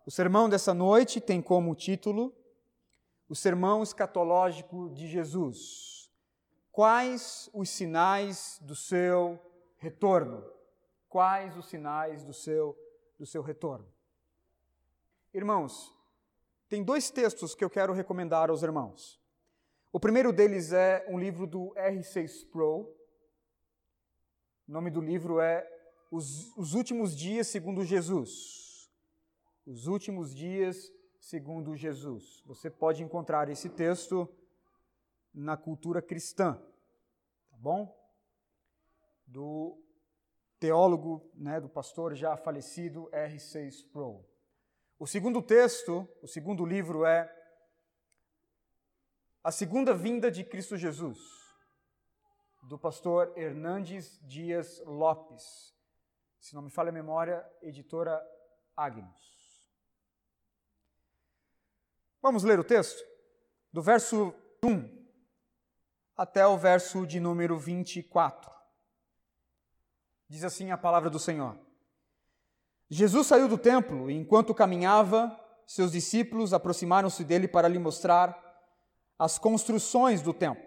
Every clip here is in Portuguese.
O sermão dessa noite tem como título o Sermão Escatológico de Jesus. Quais os sinais do seu retorno? Quais os sinais do seu retorno? Irmãos, tem dois textos que eu quero recomendar aos irmãos. O primeiro deles é um livro do R.C. Sproul. O nome do livro é Os Últimos Dias segundo Jesus. Os Últimos Dias segundo Jesus. Você pode encontrar esse texto na cultura cristã, tá bom? Do teólogo, do pastor já falecido R.C. Sproul. O segundo texto, o segundo livro é A Segunda Vinda de Cristo Jesus, do pastor Hernandes Dias Lopes. Se não me falha a memória, editora Agnus. Vamos ler o texto? Do verso 1 até o verso de número 24. Diz assim a palavra do Senhor. Jesus saiu do templo e, enquanto caminhava, seus discípulos aproximaram-se dele para lhe mostrar as construções do templo.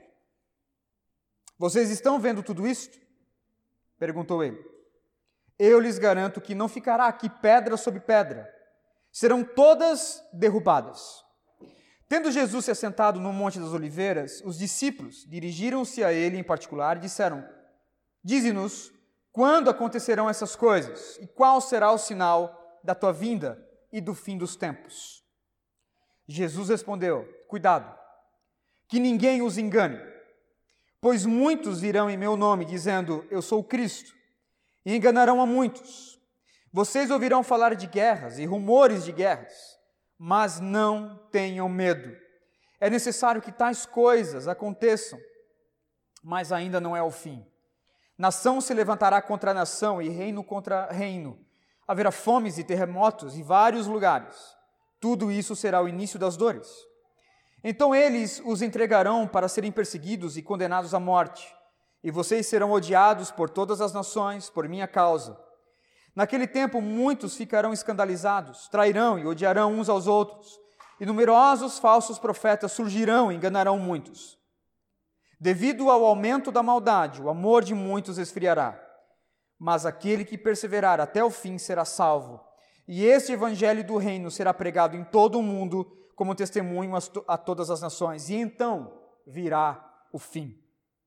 Vocês estão vendo tudo isto? Perguntou ele. Eu lhes garanto que não ficará aqui pedra sobre pedra. Serão todas derrubadas. Tendo Jesus se assentado no Monte das Oliveiras, os discípulos dirigiram-se a ele em particular e disseram: Dize-nos quando acontecerão essas coisas e qual será o sinal da tua vinda e do fim dos tempos. Jesus respondeu: Cuidado, que ninguém os engane, pois muitos virão em meu nome dizendo: Eu sou o Cristo, e enganarão a muitos. Vocês ouvirão falar de guerras e rumores de guerras, mas não tenham medo. É necessário que tais coisas aconteçam, mas ainda não é o fim. Nação se levantará contra nação e reino contra reino. Haverá fomes e terremotos em vários lugares. Tudo isso será o início das dores. Então eles os entregarão para serem perseguidos e condenados à morte, e vocês serão odiados por todas as nações por minha causa. Naquele tempo muitos ficarão escandalizados, trairão e odiarão uns aos outros, e numerosos falsos profetas surgirão e enganarão muitos. Devido ao aumento da maldade, o amor de muitos esfriará, mas aquele que perseverar até o fim será salvo, e este evangelho do reino será pregado em todo o mundo como testemunho a todas as nações, e então virá o fim.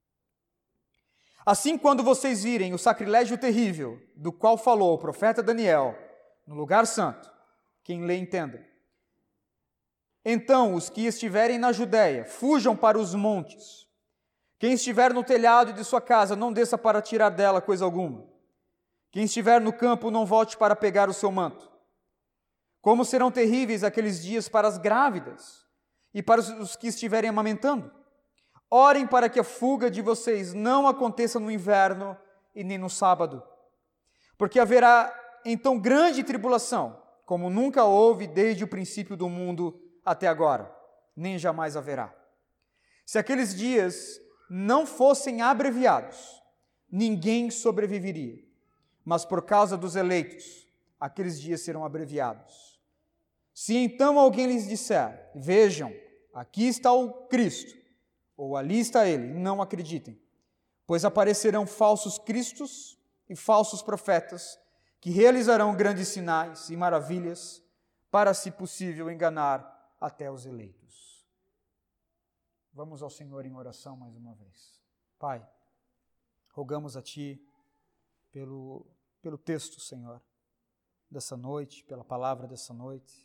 Assim, quando vocês virem o sacrilégio terrível do qual falou o profeta Daniel no lugar santo, quem lê entenda. Então, os que estiverem na Judéia, fujam para os montes. Quem estiver no telhado de sua casa, não desça para tirar dela coisa alguma. Quem estiver no campo, não volte para pegar o seu manto. Como serão terríveis aqueles dias para as grávidas e para os que estiverem amamentando. Orem para que a fuga de vocês não aconteça no inverno e nem no sábado, porque haverá então grande tribulação, como nunca houve desde o princípio do mundo até agora, nem jamais haverá. Se aqueles dias não fossem abreviados, ninguém sobreviveria, mas por causa dos eleitos, aqueles dias serão abreviados. Se então alguém lhes disser: Vejam, aqui está o Cristo, ou ali está ele, não acreditem, pois aparecerão falsos cristos e falsos profetas, que realizarão grandes sinais e maravilhas, para, se possível, enganar até os eleitos. Vamos ao Senhor em oração mais uma vez. Pai, rogamos a Ti pelo texto, Senhor, dessa noite, pela palavra dessa noite.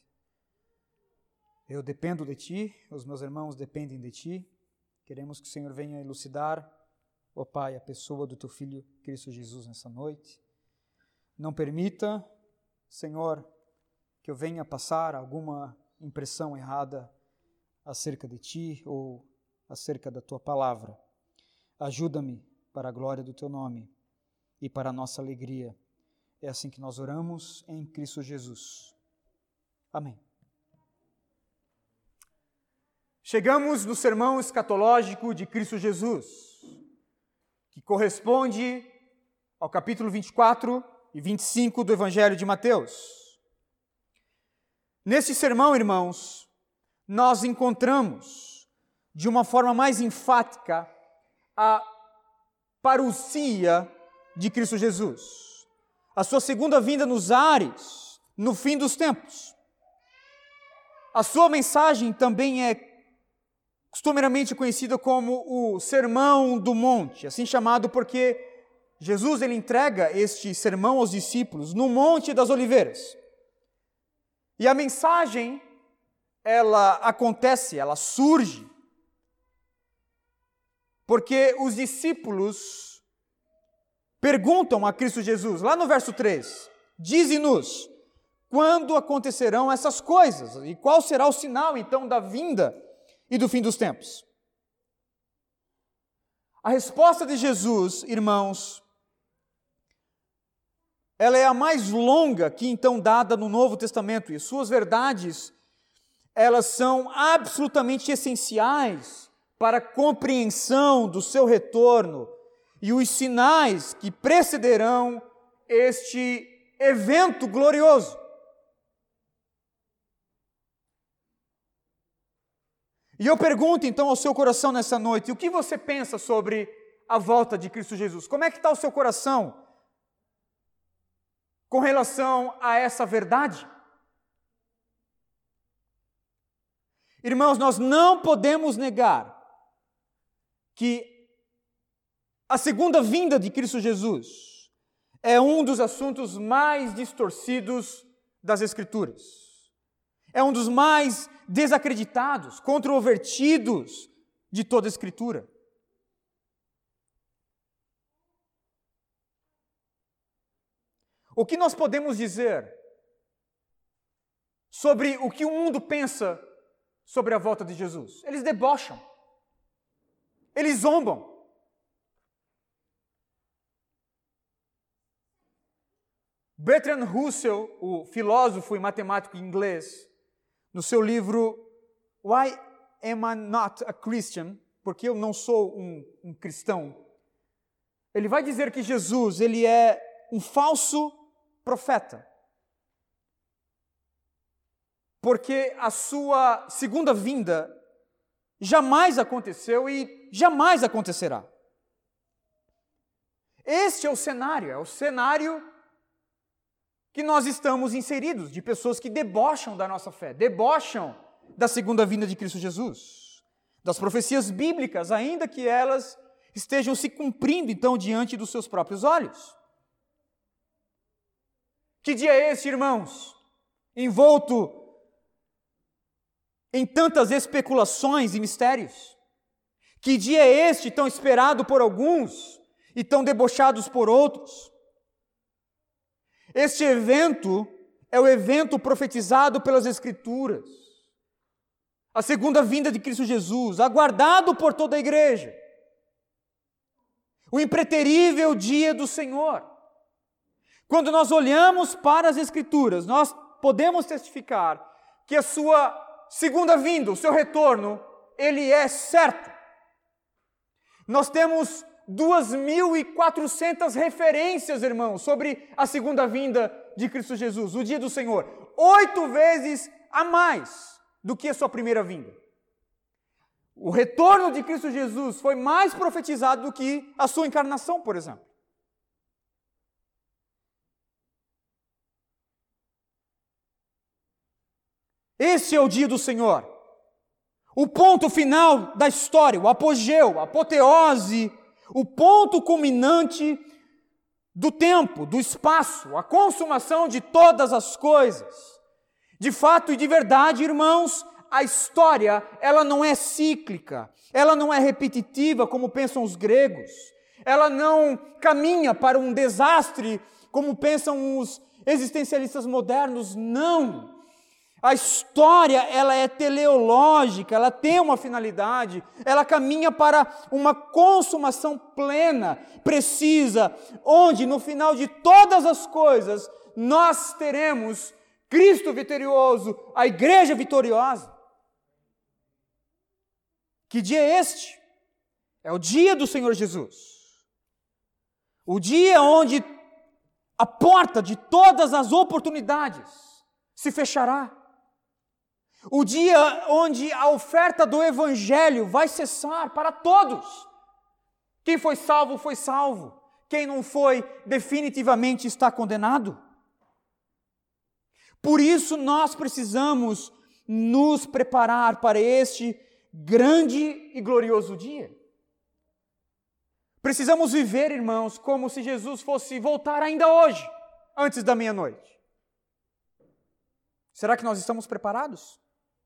Eu dependo de Ti, os meus irmãos dependem de Ti. Queremos que o Senhor venha elucidar, ó Pai, a pessoa do Teu Filho Cristo Jesus nessa noite. Não permita, Senhor, que eu venha passar alguma impressão errada acerca de Ti ou acerca da Tua palavra. Ajuda-me para a glória do Teu nome e para a nossa alegria. É assim que nós oramos em Cristo Jesus. Amém. Chegamos no sermão escatológico de Cristo Jesus, que corresponde ao capítulo 24 e 25 do Evangelho de Mateus. Nesse sermão, irmãos, nós encontramos, de uma forma mais enfática, a parousia de Cristo Jesus, a sua segunda vinda nos ares, no fim dos tempos. A sua mensagem também é costumeiramente conhecida como o Sermão do Monte, assim chamado porque Jesus ele entrega este sermão aos discípulos no Monte das Oliveiras. E a mensagem, ela acontece, ela surge, porque os discípulos perguntam a Cristo Jesus, lá no verso 3, dize-nos, quando acontecerão essas coisas? E qual será o sinal, então, da vinda e do fim dos tempos? A resposta de Jesus, irmãos, ela é a mais longa que, então, dada no Novo Testamento, e suas verdades, elas são absolutamente essenciais para a compreensão do seu retorno e os sinais que precederão este evento glorioso. E eu pergunto então ao seu coração nessa noite, o que você pensa sobre a volta de Cristo Jesus? Como é que está o seu coração com relação a essa verdade? Irmãos, nós não podemos negar que a segunda vinda de Cristo Jesus é um dos assuntos mais distorcidos das Escrituras. É um dos mais desacreditados, controvertidos de toda a Escritura. O que nós podemos dizer sobre o que o mundo pensa sobre a volta de Jesus? Eles debocham. Eles zombam. Bertrand Russell, o filósofo e matemático inglês, no seu livro Why Am I Not a Christian? Porque eu não sou um cristão, ele vai dizer que Jesus ele é um falso profeta. Porque a sua segunda vinda jamais aconteceu e jamais acontecerá. Este é o cenário que nós estamos inseridos, de pessoas que debocham da nossa fé, debocham da segunda vinda de Cristo Jesus, das profecias bíblicas, ainda que elas estejam se cumprindo, então, diante dos seus próprios olhos. Que dia é esse, irmãos? Envolto em tantas especulações e mistérios. Que dia é este, tão esperado por alguns e tão debochados por outros? Este evento é o evento profetizado pelas Escrituras. A segunda vinda de Cristo Jesus, aguardado por toda a igreja. O impreterível dia do Senhor. Quando nós olhamos para as Escrituras, nós podemos testificar que a sua segunda vinda, o seu retorno, ele é certo. Nós temos 2.400 referências, irmãos, sobre a segunda vinda de Cristo Jesus, o dia do Senhor. 8 vezes a mais do que a sua primeira vinda. O retorno de Cristo Jesus foi mais profetizado do que a sua encarnação, por exemplo. Esse é o dia do Senhor. O ponto final da história, o apogeu, a apoteose, o ponto culminante do tempo, do espaço, a consumação de todas as coisas. De fato e de verdade, irmãos, a história, ela não é cíclica, ela não é repetitiva, como pensam os gregos. Ela não caminha para um desastre, como pensam os existencialistas modernos, não. A história, ela é teleológica, ela tem uma finalidade, ela caminha para uma consumação plena, precisa, onde no final de todas as coisas nós teremos Cristo vitorioso, a igreja vitoriosa. Que dia é este? É o dia do Senhor Jesus. O dia onde a porta de todas as oportunidades se fechará. O dia onde a oferta do Evangelho vai cessar para todos. Quem foi salvo, foi salvo. Quem não foi, definitivamente está condenado. Por isso nós precisamos nos preparar para este grande e glorioso dia. Precisamos viver, irmãos, como se Jesus fosse voltar ainda hoje, antes da meia-noite. Será que nós estamos preparados?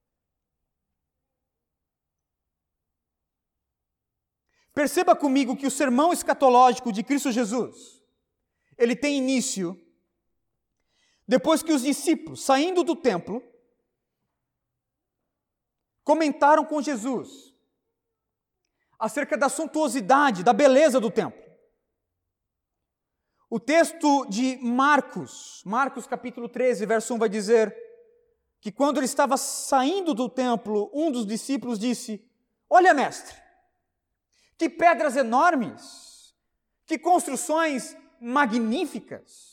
Perceba comigo que o sermão escatológico de Cristo Jesus, ele tem início depois que os discípulos, saindo do templo, comentaram com Jesus acerca da suntuosidade, da beleza do templo. O texto de Marcos capítulo 13, verso 1 vai dizer que quando ele estava saindo do templo, um dos discípulos disse: "Olha, mestre, que pedras enormes, que construções magníficas."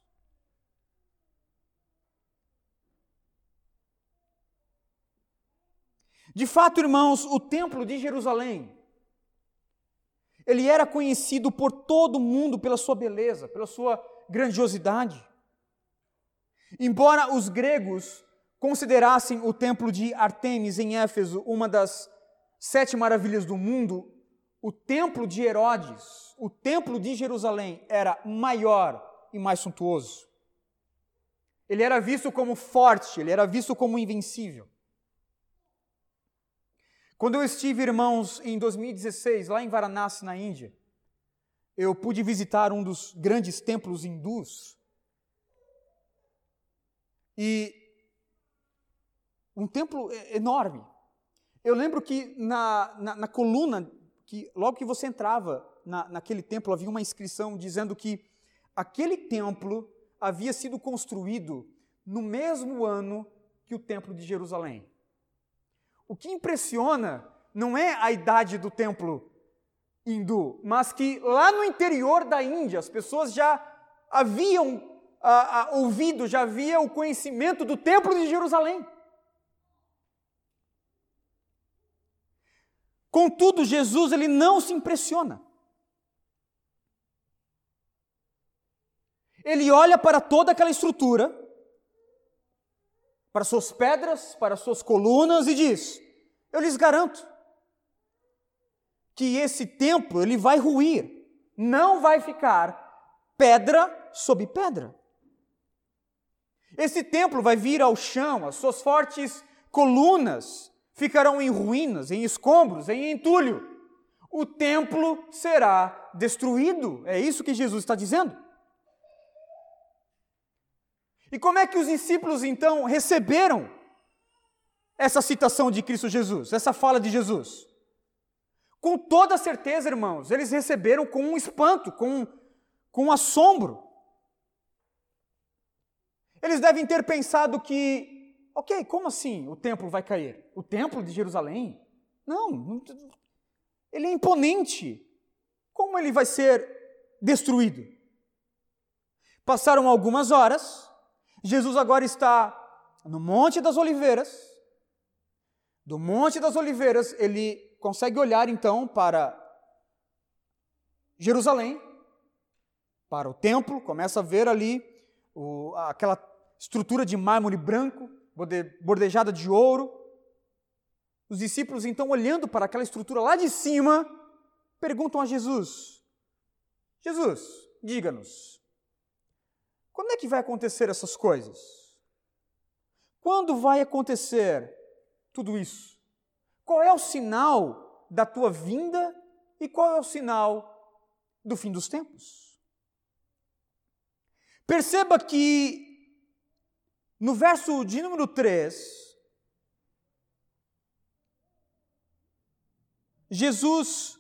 De fato, irmãos, o templo de Jerusalém, ele era conhecido por todo mundo pela sua beleza, pela sua grandiosidade. Embora os gregos considerassem o templo de Ártemis em Éfeso uma das 7 maravilhas do mundo, o templo de Herodes, o templo de Jerusalém, era maior e mais suntuoso. Ele era visto como forte, ele era visto como invencível. Quando eu estive, irmãos, em 2016, lá em Varanasi, na Índia, eu pude visitar um dos grandes templos hindus. E um templo enorme. Eu lembro que na coluna, que logo que você entrava naquele templo, havia uma inscrição dizendo que aquele templo havia sido construído no mesmo ano que o templo de Jerusalém. O que impressiona não é a idade do templo hindu, mas que lá no interior da Índia as pessoas já haviam ouvido, já havia o conhecimento do templo de Jerusalém. Contudo, Jesus, ele não se impressiona. Ele olha para toda aquela estrutura, para suas pedras, para suas colunas e diz: eu lhes garanto que esse templo ele vai ruir, não vai ficar pedra sobre pedra. Esse templo vai vir ao chão, as suas fortes colunas ficarão em ruínas, em escombros, em entulho. O templo será destruído. É isso que Jesus está dizendo. E como é que os discípulos, então, receberam essa citação de Cristo Jesus, essa fala de Jesus? Com toda certeza, irmãos, eles receberam com um espanto, com um assombro. Eles devem ter pensado que, ok, como assim o templo vai cair? O templo de Jerusalém? Não, ele é imponente. Como ele vai ser destruído? Passaram algumas horas. Jesus agora está no Monte das Oliveiras. Do Monte das Oliveiras, ele consegue olhar então para Jerusalém, para o templo, começa a ver ali aquela estrutura de mármore branco, bordejada de ouro. Os discípulos então, olhando para aquela estrutura lá de cima, perguntam a Jesus: Jesus, diga-nos, quando é que vai acontecer essas coisas? Quando vai acontecer tudo isso? Qual é o sinal da tua vinda e qual é o sinal do fim dos tempos? Perceba que no verso de número 3, Jesus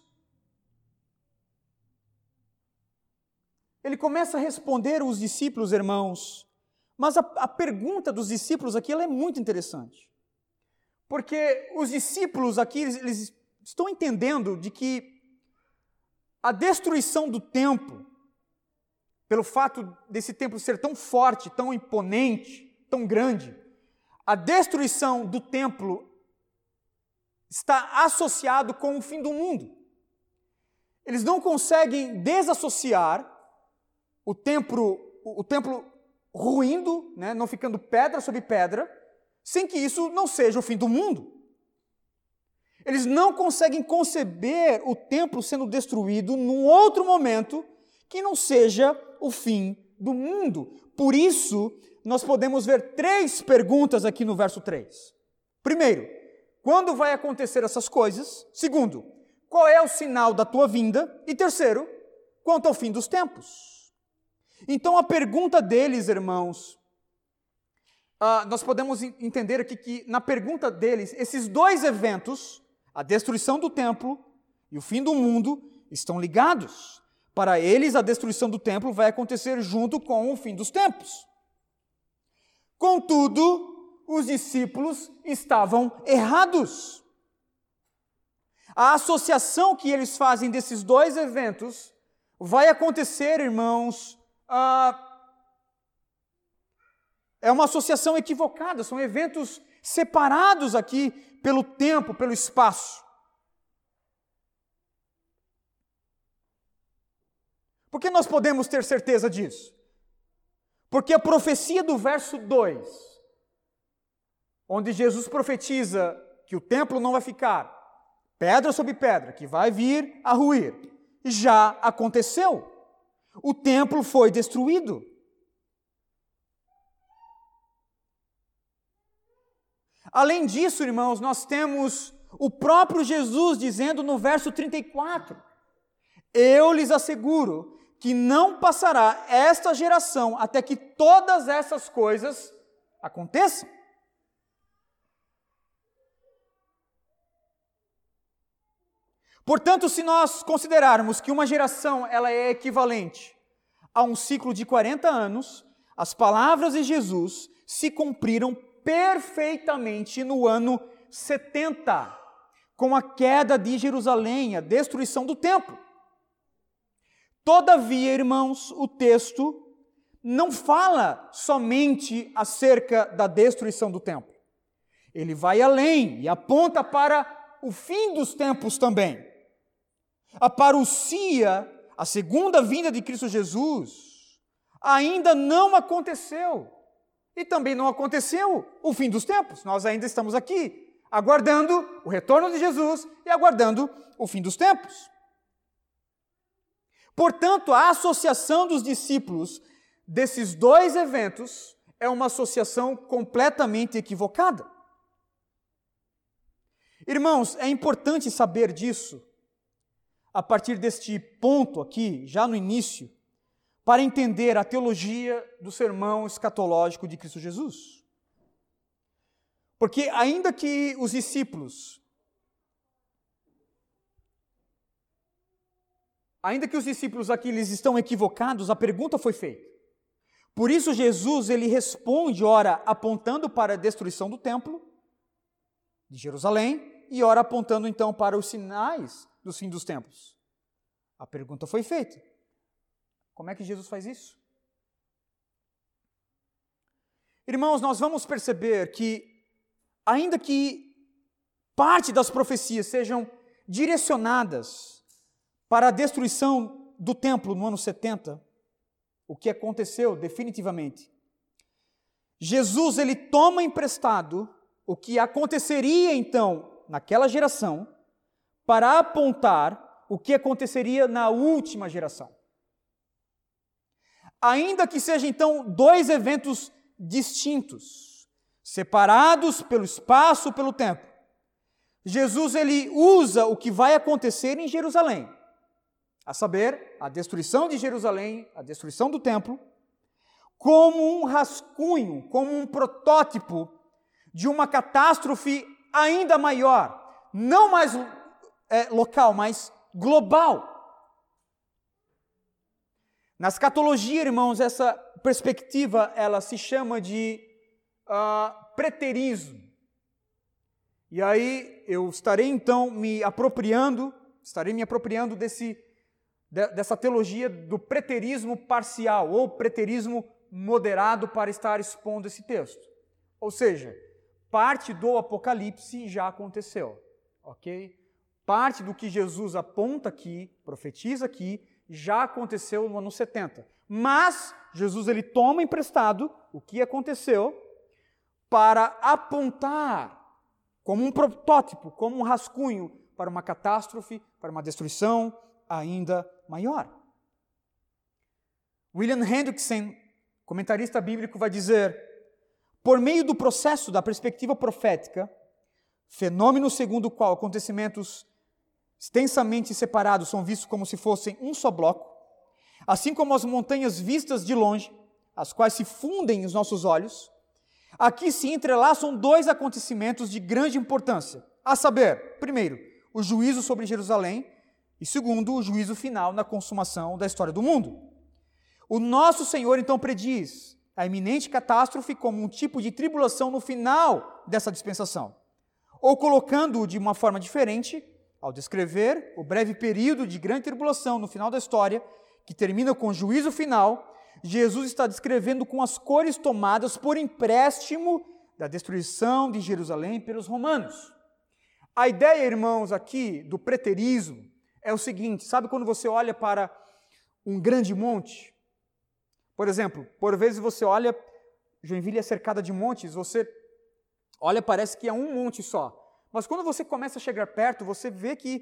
ele começa a responder os discípulos, irmãos, mas a pergunta dos discípulos aqui ela é muito interessante. Porque os discípulos aqui, eles estão entendendo de que a destruição do templo, pelo fato desse templo ser tão forte, tão imponente, tão grande, a destruição do templo está associado com o fim do mundo. Eles não conseguem desassociar o templo ruindo, né, não ficando pedra sobre pedra, sem que isso não seja o fim do mundo. Eles não conseguem conceber o templo sendo destruído num outro momento que não seja o fim do mundo. Por isso, nós podemos ver 3 perguntas aqui no verso 3. Primeiro, quando vai acontecer essas coisas? Segundo, qual é o sinal da tua vinda? E terceiro, quanto ao fim dos tempos? Então, a pergunta deles, irmãos, nós podemos entender aqui que na pergunta deles, esses 2 eventos, a destruição do templo e o fim do mundo, estão ligados. Para eles, a destruição do templo vai acontecer junto com o fim dos tempos. Contudo, os discípulos estavam errados. A associação que eles fazem desses 2 eventos vai acontecer, irmãos, é uma associação equivocada, são eventos separados aqui pelo tempo, pelo espaço. Por que nós podemos ter certeza disso? Porque a profecia do verso 2, onde Jesus profetiza que o templo não vai ficar pedra sobre pedra, que vai vir a ruir, já aconteceu. O templo foi destruído. Além disso, irmãos, nós temos o próprio Jesus dizendo no verso 34, eu lhes asseguro que não passará esta geração até que todas essas coisas aconteçam. Portanto, se nós considerarmos que uma geração ela é equivalente a um ciclo de 40 anos, as palavras de Jesus se cumpriram perfeitamente no ano 70, com a queda de Jerusalém, a destruição do templo. Todavia, irmãos, o texto não fala somente acerca da destruição do templo. Ele vai além e aponta para o fim dos tempos também. A parousia, a segunda vinda de Cristo Jesus, ainda não aconteceu. E também não aconteceu o fim dos tempos. Nós ainda estamos aqui, aguardando o retorno de Jesus e aguardando o fim dos tempos. Portanto, a associação dos discípulos desses 2 eventos é uma associação completamente equivocada. Irmãos, é importante saber disso a partir deste ponto aqui, já no início, para entender a teologia do sermão escatológico de Cristo Jesus. Porque ainda que os discípulos aqui eles estão equivocados, a pergunta foi feita. Por isso Jesus ele responde, ora apontando para a destruição do templo de Jerusalém e ora apontando então para os sinais do fim dos tempos. A pergunta foi feita. Como é que Jesus faz isso? Irmãos, nós vamos perceber que, ainda que parte das profecias sejam direcionadas para a destruição do templo no ano 70, o que aconteceu definitivamente, Jesus ele toma emprestado o que aconteceria então naquela geração para apontar o que aconteceria na última geração. Ainda que sejam, então, 2 eventos distintos, separados pelo espaço, pelo tempo, Jesus ele usa o que vai acontecer em Jerusalém, a saber, a destruição de Jerusalém, a destruição do templo, como um rascunho, como um protótipo de uma catástrofe ainda maior, não mais local, mas global. Na escatologia, irmãos, essa perspectiva, ela se chama de preterismo. E aí eu estarei então me apropriando dessa teologia do preterismo parcial, ou preterismo moderado para estar expondo esse texto. Ou seja, parte do Apocalipse já aconteceu, ok? Parte do que Jesus aponta aqui, profetiza aqui, já aconteceu no ano 70. Mas Jesus ele toma emprestado o que aconteceu para apontar como um protótipo, como um rascunho para uma catástrofe, para uma destruição ainda maior. William Hendrickson, comentarista bíblico, vai dizer: por meio do processo da perspectiva profética, fenômeno segundo o qual acontecimentos extensamente separados são vistos como se fossem um só bloco, assim como as montanhas vistas de longe, as quais se fundem os nossos olhos, aqui se entrelaçam dois acontecimentos de grande importância, a saber, primeiro, o juízo sobre Jerusalém e segundo, o juízo final na consumação da história do mundo. O nosso Senhor então prediz a iminente catástrofe como um tipo de tribulação no final dessa dispensação, ou colocando-o de uma forma diferente, ao descrever o breve período de grande tribulação no final da história, que termina com o juízo final, Jesus está descrevendo com as cores tomadas por empréstimo da destruição de Jerusalém pelos romanos. A ideia, irmãos, aqui do preterismo é o seguinte: sabe quando você olha para um grande monte? Por exemplo, por vezes você olha, Joinville é cercada de montes, você olha, parece que é um monte só. Mas quando você começa a chegar perto, você vê que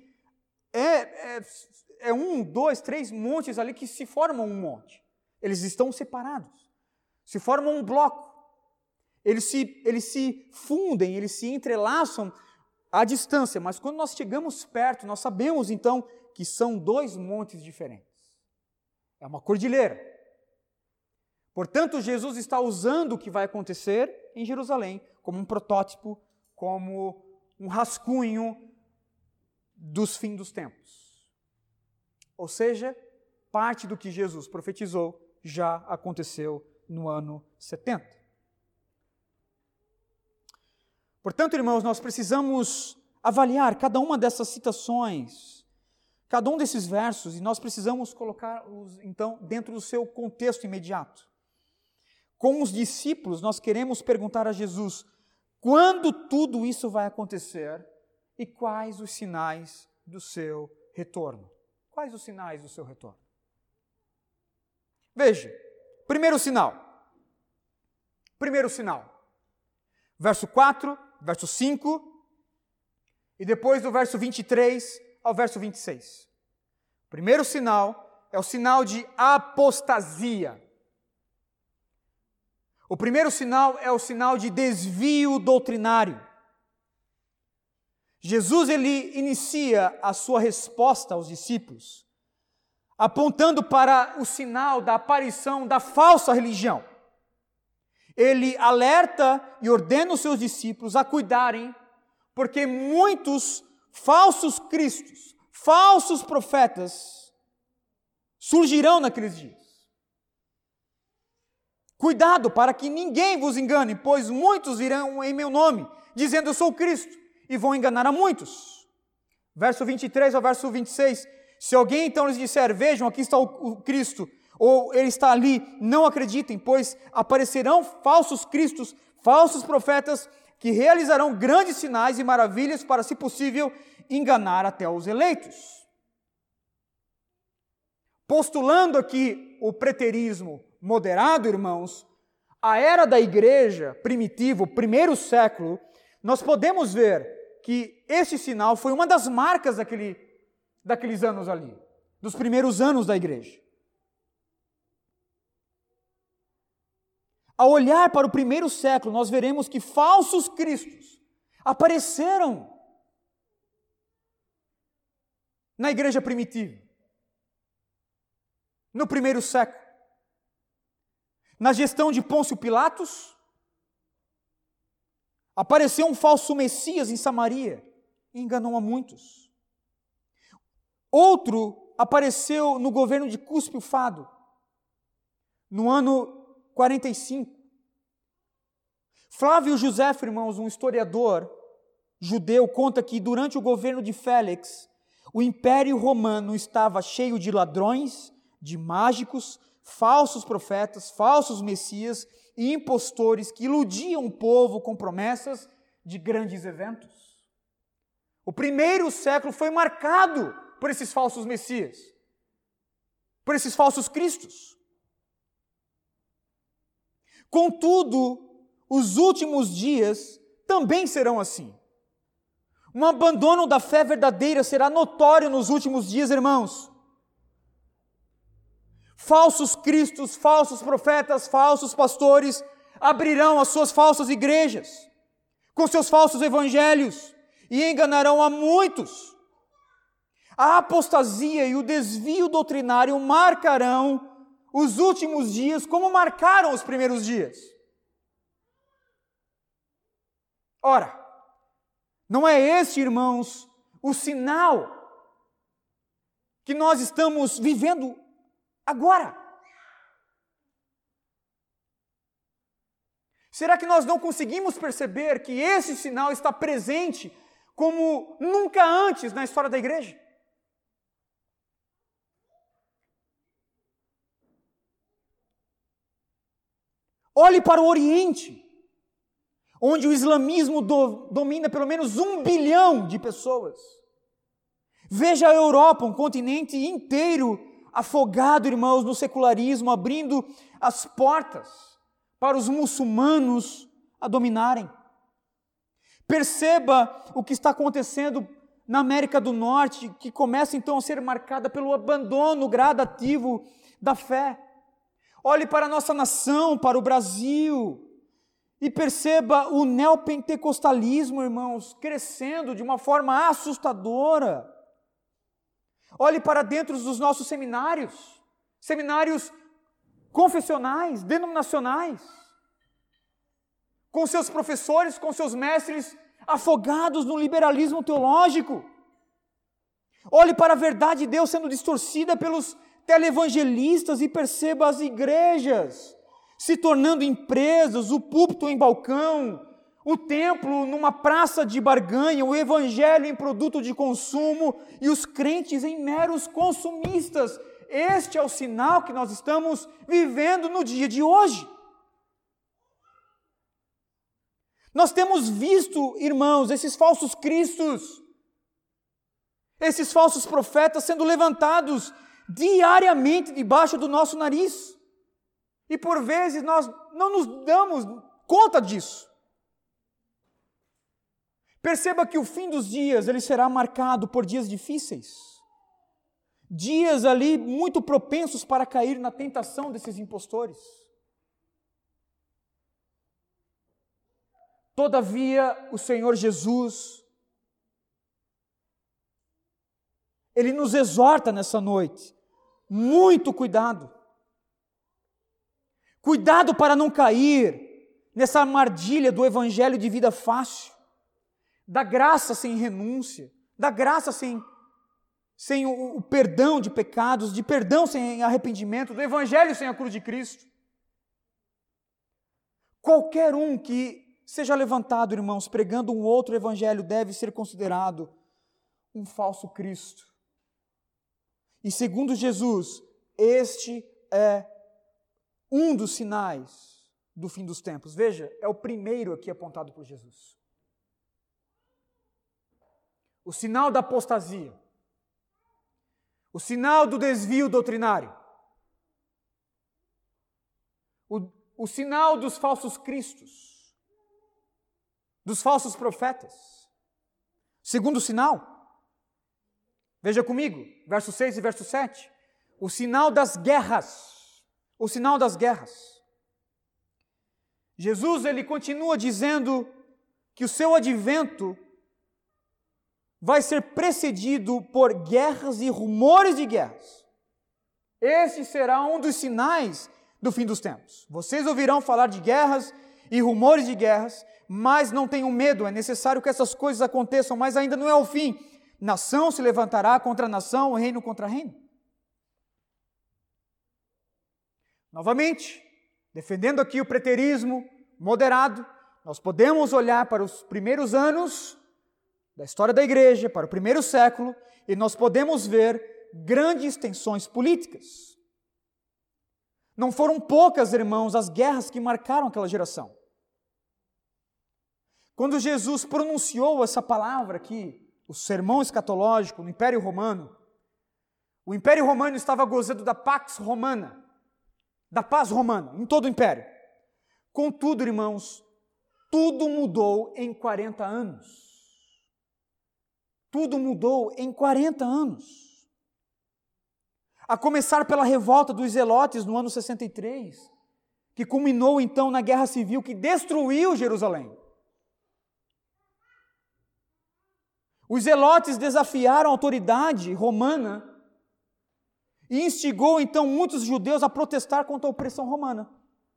é 1, 2, 3 montes ali que se formam um monte. Eles estão separados, se formam um bloco. Eles se fundem, eles se entrelaçam à distância, mas quando nós chegamos perto, nós sabemos então que são 2 montes diferentes. É uma cordilheira. Portanto, Jesus está usando o que vai acontecer em Jerusalém como um protótipo, como um rascunho dos fins dos tempos. Ou seja, parte do que Jesus profetizou já aconteceu no ano 70. Portanto, irmãos, nós precisamos avaliar cada uma dessas citações, cada um desses versos, e nós precisamos colocá-los, então, dentro do seu contexto imediato. Com os discípulos, nós queremos perguntar a Jesus: quando tudo isso vai acontecer e quais os sinais do seu retorno? Quais os sinais do seu retorno? Veja, primeiro sinal. Verso 4, verso 5, e depois do verso 23 ao verso 26. Primeiro sinal é o sinal de apostasia. O primeiro sinal é o sinal de desvio doutrinário. Jesus, ele inicia a sua resposta aos discípulos, apontando para o sinal da aparição da falsa religião. Ele alerta e ordena os seus discípulos a cuidarem, porque muitos falsos cristos, falsos profetas, surgirão naqueles dias. Cuidado para que ninguém vos engane, pois muitos virão em meu nome, dizendo eu sou Cristo, e vão enganar a muitos. Verso 23 ao verso 26, se alguém então lhes disser, vejam, aqui está o Cristo, ou ele está ali, não acreditem, pois aparecerão falsos cristos, falsos profetas, que realizarão grandes sinais e maravilhas para, se possível, enganar até os eleitos. Postulando aqui o preterismo moderado, irmãos, a era da igreja primitiva, o primeiro século, nós podemos ver que este sinal foi uma das marcas daqueles anos ali, dos primeiros anos da igreja. Ao olhar para o primeiro século, nós veremos que falsos cristos apareceram na igreja primitiva, no primeiro século. Na gestão de Pôncio Pilatos, apareceu um falso Messias em Samaria e enganou a muitos. Outro apareceu no governo de Cúspio Fado, no ano 45. Flávio Josefo, irmãos, um historiador judeu, conta que durante o governo de Félix, o Império Romano estava cheio de ladrões, de mágicos, falsos profetas, falsos messias e impostores que iludiam o povo com promessas de grandes eventos. O primeiro século foi marcado por esses falsos messias, por esses falsos cristos. Contudo, os últimos dias também serão assim. Um abandono da fé verdadeira será notório nos últimos dias, irmãos. Falsos cristos, falsos profetas, falsos pastores abrirão as suas falsas igrejas com seus falsos evangelhos e enganarão a muitos. A apostasia e o desvio doutrinário marcarão os últimos dias como marcaram os primeiros dias. Ora, não é este, irmãos, o sinal que nós estamos vivendo agora? Será que nós não conseguimos perceber que esse sinal está presente como nunca antes na história da igreja? Olhe para o Oriente, onde o islamismo domina pelo menos 1 bilhão de pessoas. Veja a Europa, um continente inteiro afogado, irmãos, no secularismo, abrindo as portas para os muçulmanos a dominarem. Perceba o que está acontecendo na América do Norte, que começa então a ser marcada pelo abandono gradativo da fé. Olhe para a nossa nação, para o Brasil, e perceba o neopentecostalismo, irmãos, crescendo de uma forma assustadora. Olhe para dentro dos nossos seminários confessionais, denominacionais, com seus professores, com seus mestres, afogados no liberalismo teológico. Olhe para a verdade de Deus sendo distorcida pelos televangelistas e perceba as igrejas se tornando empresas, o púlpito em balcão, o templo numa praça de barganha, o evangelho em produto de consumo e os crentes em meros consumistas. Este é o sinal que nós estamos vivendo no dia de hoje. Nós temos visto, irmãos, esses falsos cristos, esses falsos profetas sendo levantados diariamente debaixo do nosso nariz. E por vezes nós não nos damos conta disso. Perceba que o fim dos dias ele será marcado por dias difíceis. Dias ali muito propensos para cair na tentação desses impostores. Todavia, o Senhor Jesus, Ele nos exorta nessa noite, muito cuidado. Cuidado para não cair nessa armadilha do evangelho de vida fácil, da graça sem renúncia, da graça sem o perdão de pecados, de perdão sem arrependimento, do evangelho sem a cruz de Cristo. Qualquer um que seja levantado, irmãos, pregando um outro evangelho deve ser considerado um falso Cristo. E segundo Jesus, este é um dos sinais do fim dos tempos. Veja, é o primeiro aqui apontado por Jesus. O sinal da apostasia. O sinal do desvio doutrinário. O sinal dos falsos cristos. Dos falsos profetas. Segundo sinal. Veja comigo, verso 6 e verso 7. O sinal das guerras. O sinal das guerras. Jesus, ele continua dizendo que o seu advento vai ser precedido por guerras e rumores de guerras. Esse será um dos sinais do fim dos tempos. Vocês ouvirão falar de guerras e rumores de guerras, mas não tenham medo, é necessário que essas coisas aconteçam, mas ainda não é o fim. Nação se levantará contra nação, reino contra reino. Novamente, defendendo aqui o preterismo moderado, nós podemos olhar para os primeiros anos da história da igreja, para o primeiro século, e nós podemos ver grandes tensões políticas. Não foram poucas, irmãos, as guerras que marcaram aquela geração. Quando Jesus pronunciou essa palavra aqui, o sermão escatológico no Império Romano, o Império Romano estava gozando da Pax Romana, da paz romana, em todo o Império. Contudo, irmãos, tudo mudou em 40 anos. Tudo mudou em 40 anos. A começar pela revolta dos Zelotes no ano 63, que culminou então na guerra civil que destruiu Jerusalém. Os Zelotes desafiaram a autoridade romana e instigou então muitos judeus a protestar contra a opressão romana.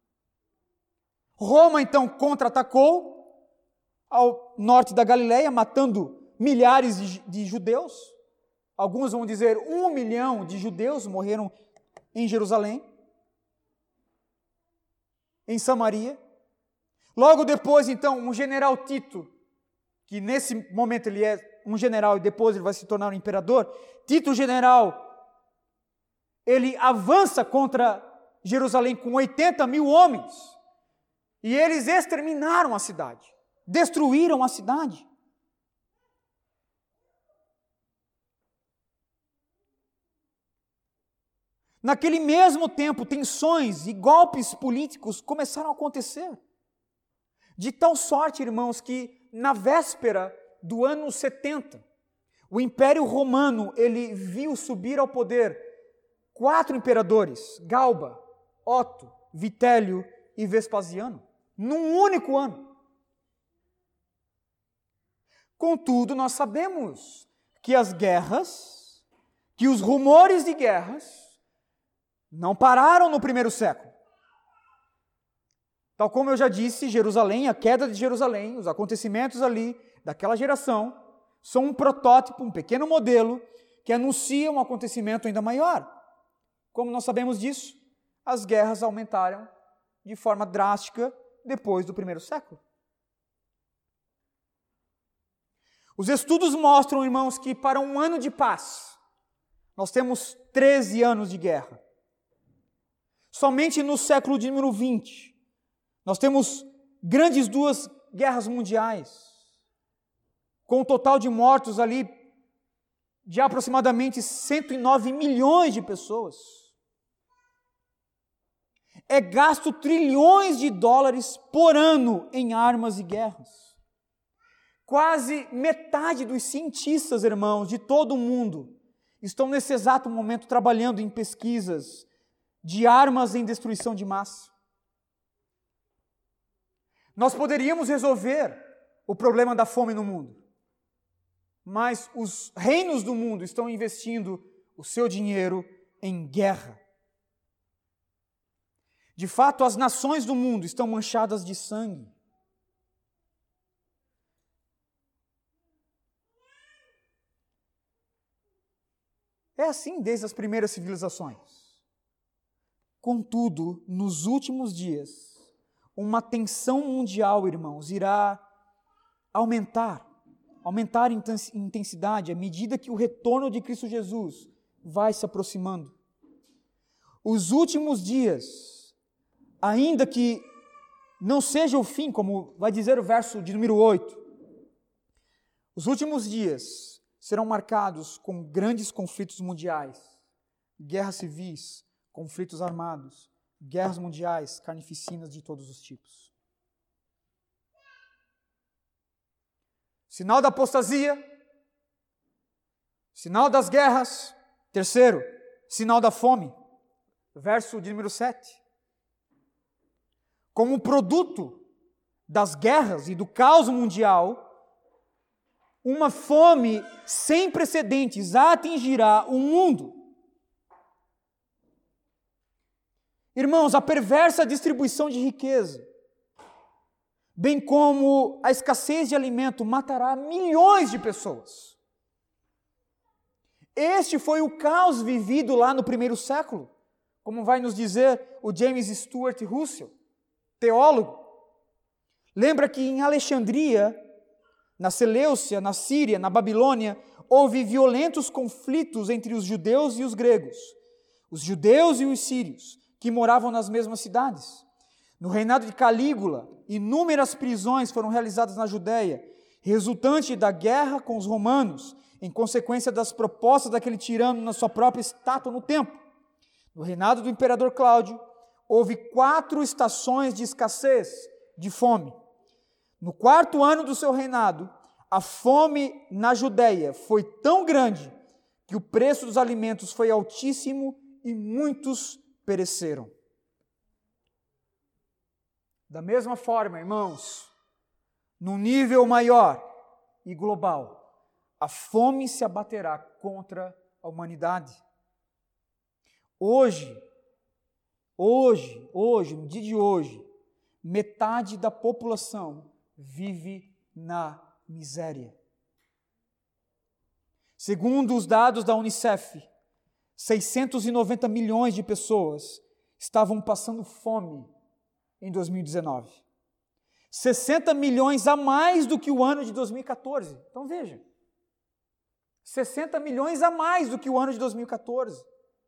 Roma então contra-atacou ao norte da Galileia, matando milhares de judeus. Alguns vão dizer 1 milhão de judeus morreram em Jerusalém, em Samaria. Logo depois, então, um general Tito, que nesse momento ele é um general e depois ele vai se tornar um imperador, Tito, general, ele avança contra Jerusalém com 80 mil homens e eles exterminaram a cidade, destruíram a cidade. Naquele mesmo tempo, tensões e golpes políticos começaram a acontecer. De tal sorte, irmãos, que na véspera do ano 70, o Império Romano, ele viu subir ao poder 4 imperadores, Galba, Otto, Vitélio e Vespasiano, num único ano. Contudo, nós sabemos que as guerras, que os rumores de guerras, não pararam no primeiro século. Tal como eu já disse, Jerusalém, a queda de Jerusalém, os acontecimentos ali daquela geração, são um protótipo, um pequeno modelo que anuncia um acontecimento ainda maior. Como nós sabemos disso? As guerras aumentaram de forma drástica depois do primeiro século. Os estudos mostram, irmãos, que para um ano de paz, nós temos 13 anos de guerra. Somente no século de número 20, nós temos grandes 2 guerras mundiais, com um total de mortos ali de aproximadamente 109 milhões de pessoas. É gasto trilhões de dólares por ano em armas e guerras. Quase metade dos cientistas, irmãos, de todo o mundo, estão nesse exato momento trabalhando em pesquisas de armas em destruição de massa. Nós poderíamos resolver o problema da fome no mundo, mas os reinos do mundo estão investindo o seu dinheiro em guerra. De fato, as nações do mundo estão manchadas de sangue. É assim desde as primeiras civilizações. Contudo, nos últimos dias, uma tensão mundial, irmãos, irá aumentar em intensidade à medida que o retorno de Cristo Jesus vai se aproximando. Os últimos dias, ainda que não seja o fim, como vai dizer o verso de número 8, os últimos dias serão marcados com grandes conflitos mundiais, guerras civis, conflitos armados, guerras mundiais, carnificinas de todos os tipos. Sinal da apostasia, sinal das guerras. Terceiro, sinal da fome. Verso de número 7. Como produto das guerras e do caos mundial, uma fome sem precedentes atingirá o mundo. Irmãos, a perversa distribuição de riqueza, bem como a escassez de alimento, matará milhões de pessoas. Este foi o caos vivido lá no primeiro século, como vai nos dizer o James Stuart Russell, teólogo. Lembra que em Alexandria, na Seleucia, na Síria, na Babilônia, houve violentos conflitos entre os judeus e os gregos, os judeus e os sírios, que moravam nas mesmas cidades. No reinado de Calígula, inúmeras prisões foram realizadas na Judéia, resultante da guerra com os romanos, em consequência das propostas daquele tirano na sua própria estátua no templo. No reinado do imperador Cláudio, houve 4 estações de escassez, de fome. No 4º ano do seu reinado, a fome na Judéia foi tão grande que o preço dos alimentos foi altíssimo e muitos pereceram. Da mesma forma, irmãos, num nível maior e global, a fome se abaterá contra a humanidade. Hoje, no dia de hoje, metade da população vive na miséria. Segundo os dados da Unicef, 690 milhões de pessoas estavam passando fome em 2019. 60 milhões a mais do que o ano de 2014. Então veja, 60 milhões a mais do que o ano de 2014.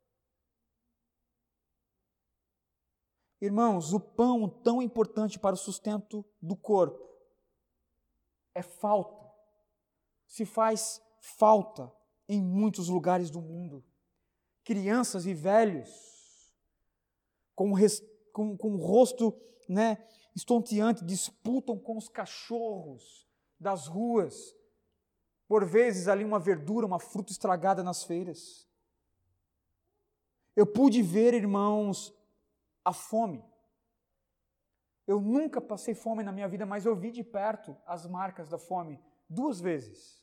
Irmãos, o pão tão importante para o sustento do corpo é falta. Se faz falta em muitos lugares do mundo. Crianças e velhos com o rosto, estonteante, disputam com os cachorros das ruas. Por vezes ali uma verdura, uma fruta estragada nas feiras. Eu pude ver, irmãos, a fome. Eu nunca passei fome na minha vida, mas eu vi de perto as marcas da fome 2 vezes.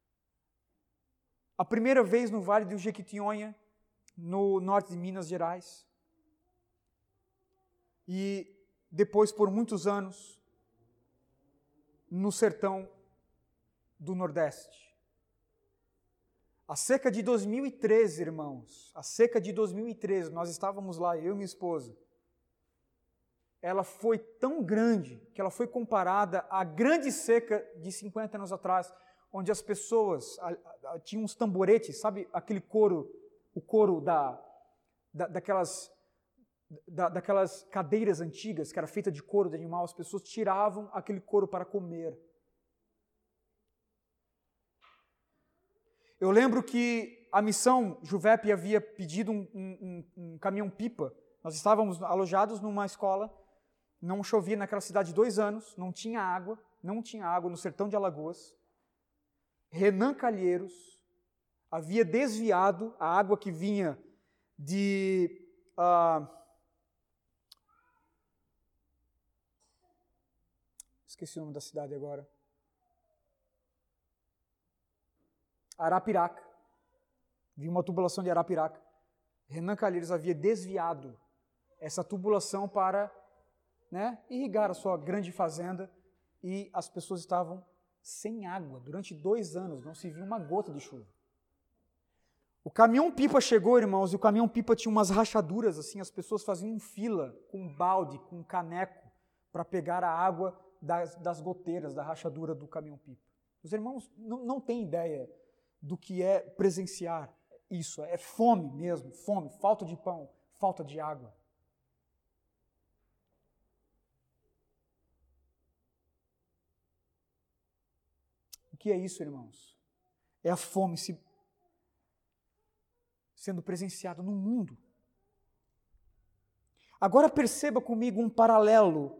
A primeira vez no Vale do Jequitinhonha, no norte de Minas Gerais. E depois, por muitos anos, no sertão do Nordeste. A seca de 2013, irmãos, a seca de 2013, nós estávamos lá, eu e minha esposa. Ela foi tão grande que ela foi comparada à grande seca de 50 anos atrás, onde as pessoas tinham uns tamboretes, sabe aquele couro, o couro daquelas cadeiras antigas, que era feita de couro de animal, as pessoas tiravam aquele couro para comer. Eu lembro que a missão Juvep havia pedido um caminhão-pipa. Nós estávamos alojados numa escola, não chovia naquela cidade 2 anos, não tinha água no sertão de Alagoas. Renan Calheiros havia desviado a água que vinha de... esqueci o nome da cidade agora. Arapiraca. Vi uma tubulação de Arapiraca. Renan Calheiros havia desviado essa tubulação para irrigar a sua grande fazenda e as pessoas estavam sem água. Durante 2 anos não se viu uma gota de chuva. O caminhão-pipa chegou, irmãos, e o caminhão-pipa tinha umas rachaduras assim, as pessoas faziam fila com um balde, com um caneco, para pegar a água das goteiras, da rachadura do caminhão-pipa. Os irmãos não têm ideia do que é presenciar isso. É fome mesmo, fome, falta de pão, falta de água. O que é isso, irmãos? É a fome sendo presenciada no mundo. Agora perceba comigo um paralelo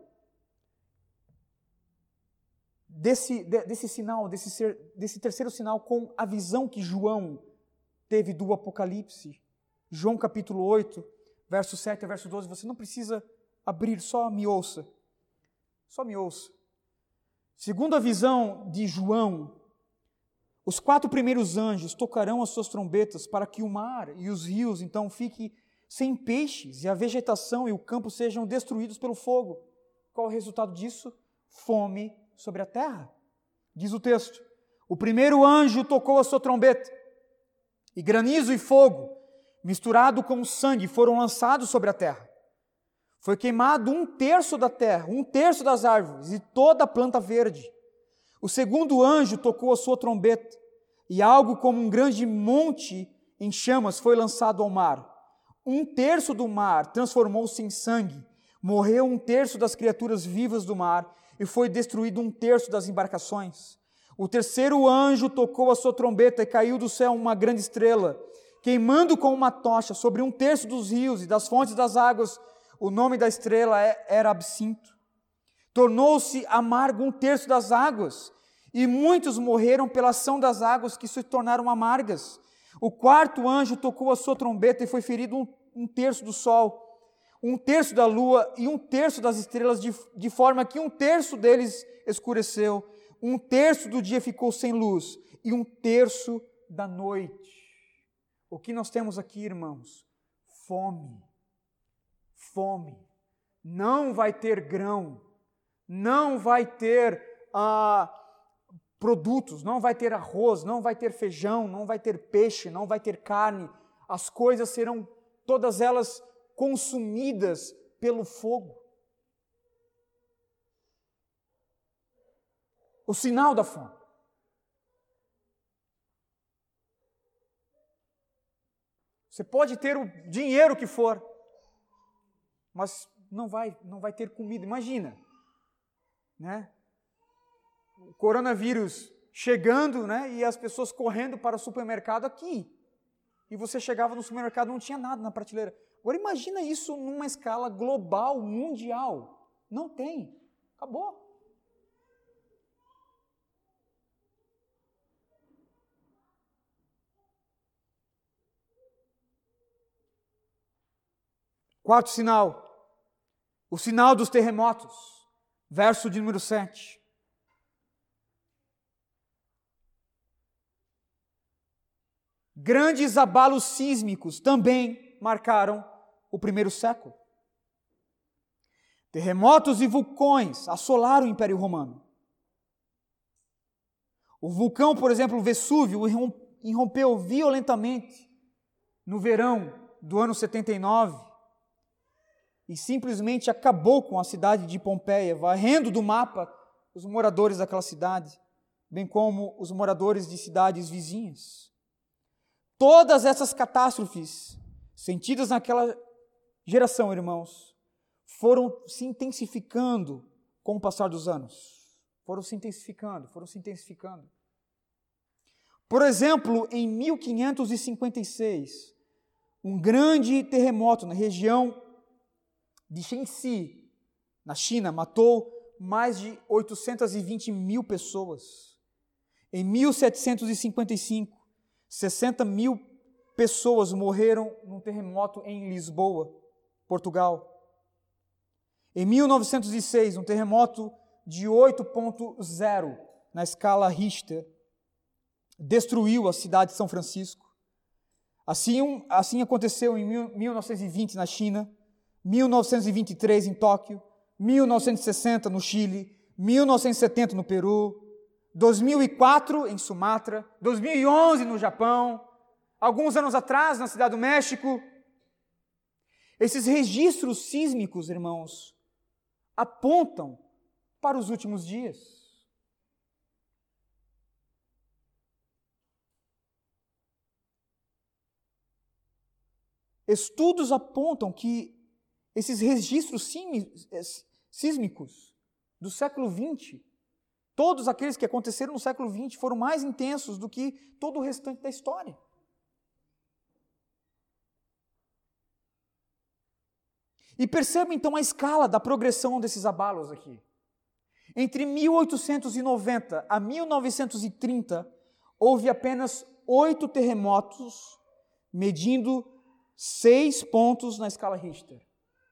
desse sinal, desse terceiro sinal com a visão que João teve do Apocalipse. João capítulo 8, verso 7 a verso 12. Você não precisa abrir, só me ouça. Só me ouça. Segundo a visão de João, os 4 primeiros anjos tocarão as suas trombetas para que o mar e os rios então fiquem sem peixes e a vegetação e o campo sejam destruídos pelo fogo. Qual é o resultado disso? Fome sobre a terra. Diz o texto: o primeiro anjo tocou a sua trombeta e granizo e fogo, misturado com sangue, foram lançados sobre a terra. Foi queimado 1/3 da terra, 1/3 das árvores e toda a planta verde. O segundo anjo tocou a sua trombeta e algo como um grande monte em chamas foi lançado ao mar. 1/3 do mar transformou-se em sangue. Morreu 1/3 das criaturas vivas do mar e foi destruído 1/3 das embarcações. O terceiro anjo tocou a sua trombeta e caiu do céu uma grande estrela, queimando com uma tocha sobre 1/3 dos rios e das fontes das águas. O nome da estrela era Absinto. Tornou-se amargo 1/3 das águas, e muitos morreram pela ação das águas que se tornaram amargas. O quarto anjo tocou a sua trombeta e foi ferido 1/3 do sol, 1/3 da lua e 1/3 das estrelas, de forma que 1/3 deles escureceu, 1/3 do dia ficou sem luz e 1/3 da noite. O que nós temos aqui, irmãos? Fome. Fome. Não vai ter grão, não vai ter produtos, não vai ter arroz, não vai ter feijão, não vai ter peixe, não vai ter carne. As coisas serão todas elas consumidas pelo fogo. O sinal da fome. Você pode ter o dinheiro que for, mas não vai ter comida. Imagina, né? O coronavírus chegando, né? E as pessoas correndo para o supermercado aqui. E você chegava no supermercado e não tinha nada na prateleira. Agora imagina isso numa escala global, mundial. Não tem. Acabou. Quarto sinal. O sinal dos terremotos. Verso de número 7. Grandes abalos sísmicos também marcaram o primeiro século. Terremotos e vulcões assolaram o Império Romano. O vulcão, por exemplo, o Vesúvio, irrompeu violentamente no verão do ano 79 e simplesmente acabou com a cidade de Pompeia, varrendo do mapa os moradores daquela cidade, bem como os moradores de cidades vizinhas. Todas essas catástrofes sentidas naquela geração, irmãos, foram se intensificando com o passar dos anos. Foram se intensificando. Por exemplo, em 1556, um grande terremoto na região de Shanxi, na China, matou mais de 820 mil pessoas. Em 1755, 60 mil pessoas morreram num terremoto em Lisboa, Portugal. Em 1906, um terremoto de 8.0 na escala Richter destruiu a cidade de São Francisco. Assim aconteceu em 1920 na China, 1923 em Tóquio, 1960 no Chile, 1970 no Peru, 2004 em Sumatra, 2011 no Japão, alguns anos atrás na Cidade do México. Esses registros sísmicos, irmãos, apontam para os últimos dias. Estudos apontam que esses registros sísmicos do século XX, todos aqueles que aconteceram no século XX, foram mais intensos do que todo o restante da história. E perceba então a escala da progressão desses abalos aqui. Entre 1890 a 1930, houve apenas 8 terremotos, medindo 6 pontos na escala Richter.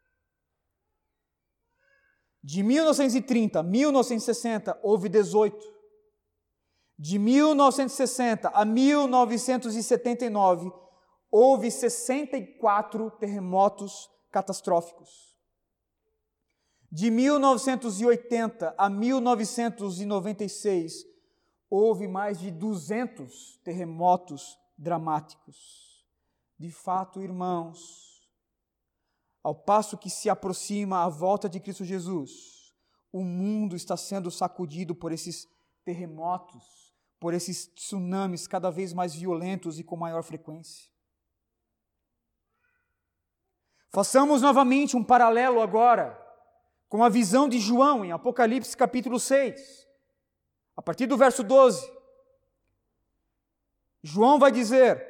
De 1930 a 1960, houve 18. De 1960 a 1979, houve 64 terremotos catastróficos. De 1980 a 1996, houve mais de 200 terremotos dramáticos. De fato, irmãos, ao passo que se aproxima a volta de Cristo Jesus, o mundo está sendo sacudido por esses terremotos, por esses tsunamis cada vez mais violentos e com maior frequência. Façamos novamente um paralelo agora com a visão de João em Apocalipse capítulo 6, a partir do verso 12. João vai dizer: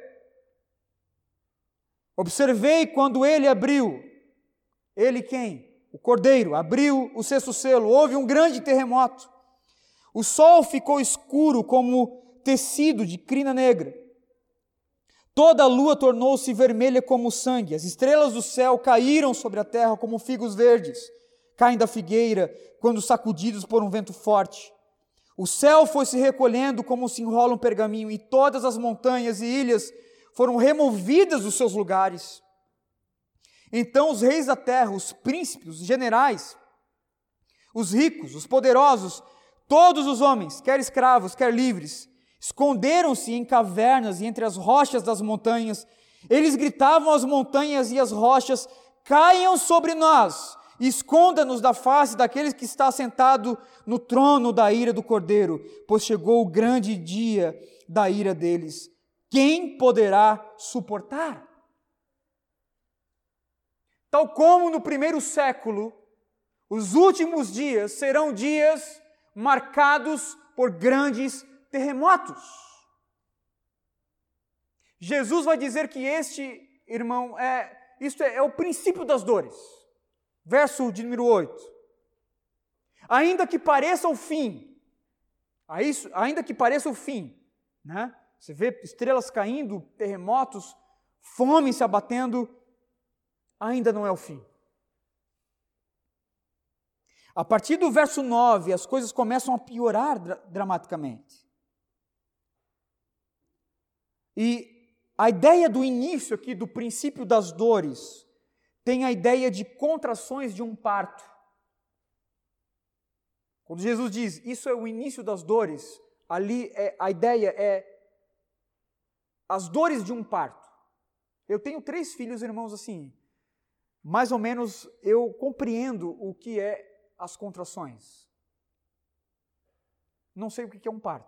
observei quando ele abriu, ele quem? O Cordeiro, abriu o sexto selo, houve um grande terremoto. O sol ficou escuro como tecido de crina negra. Toda a lua tornou-se vermelha como sangue. As estrelas do céu caíram sobre a terra como figos verdes. Caem da figueira quando sacudidos por um vento forte. O céu foi se recolhendo como se enrola um pergaminho, e todas as montanhas e ilhas foram removidas dos seus lugares. Então os reis da terra, os príncipes, os generais, os ricos, os poderosos, todos os homens, quer escravos, quer livres, esconderam-se em cavernas e entre as rochas das montanhas. Eles gritavam às montanhas e às rochas: caiam sobre nós, esconda-nos da face daquele que está sentado no trono da ira do Cordeiro, pois chegou o grande dia da ira deles. Quem poderá suportar? Tal como no primeiro século, os últimos dias serão dias marcados por grandes terremotos. Jesus vai dizer que este, irmão, isto é o princípio das dores. Verso de número 8. Ainda que pareça o fim, ainda que pareça o fim, né? Você vê estrelas caindo, terremotos, fome se abatendo, ainda não é o fim. A partir do verso 9, as coisas começam a piorar dramaticamente. E a ideia do início aqui, do princípio das dores, tem a ideia de contrações de um parto. Quando Jesus diz, isso é o início das dores, ali a ideia é as dores de um parto. Eu tenho 3 filhos, irmãos, assim, mais ou menos eu compreendo o que é as contrações. Não sei o que é um parto.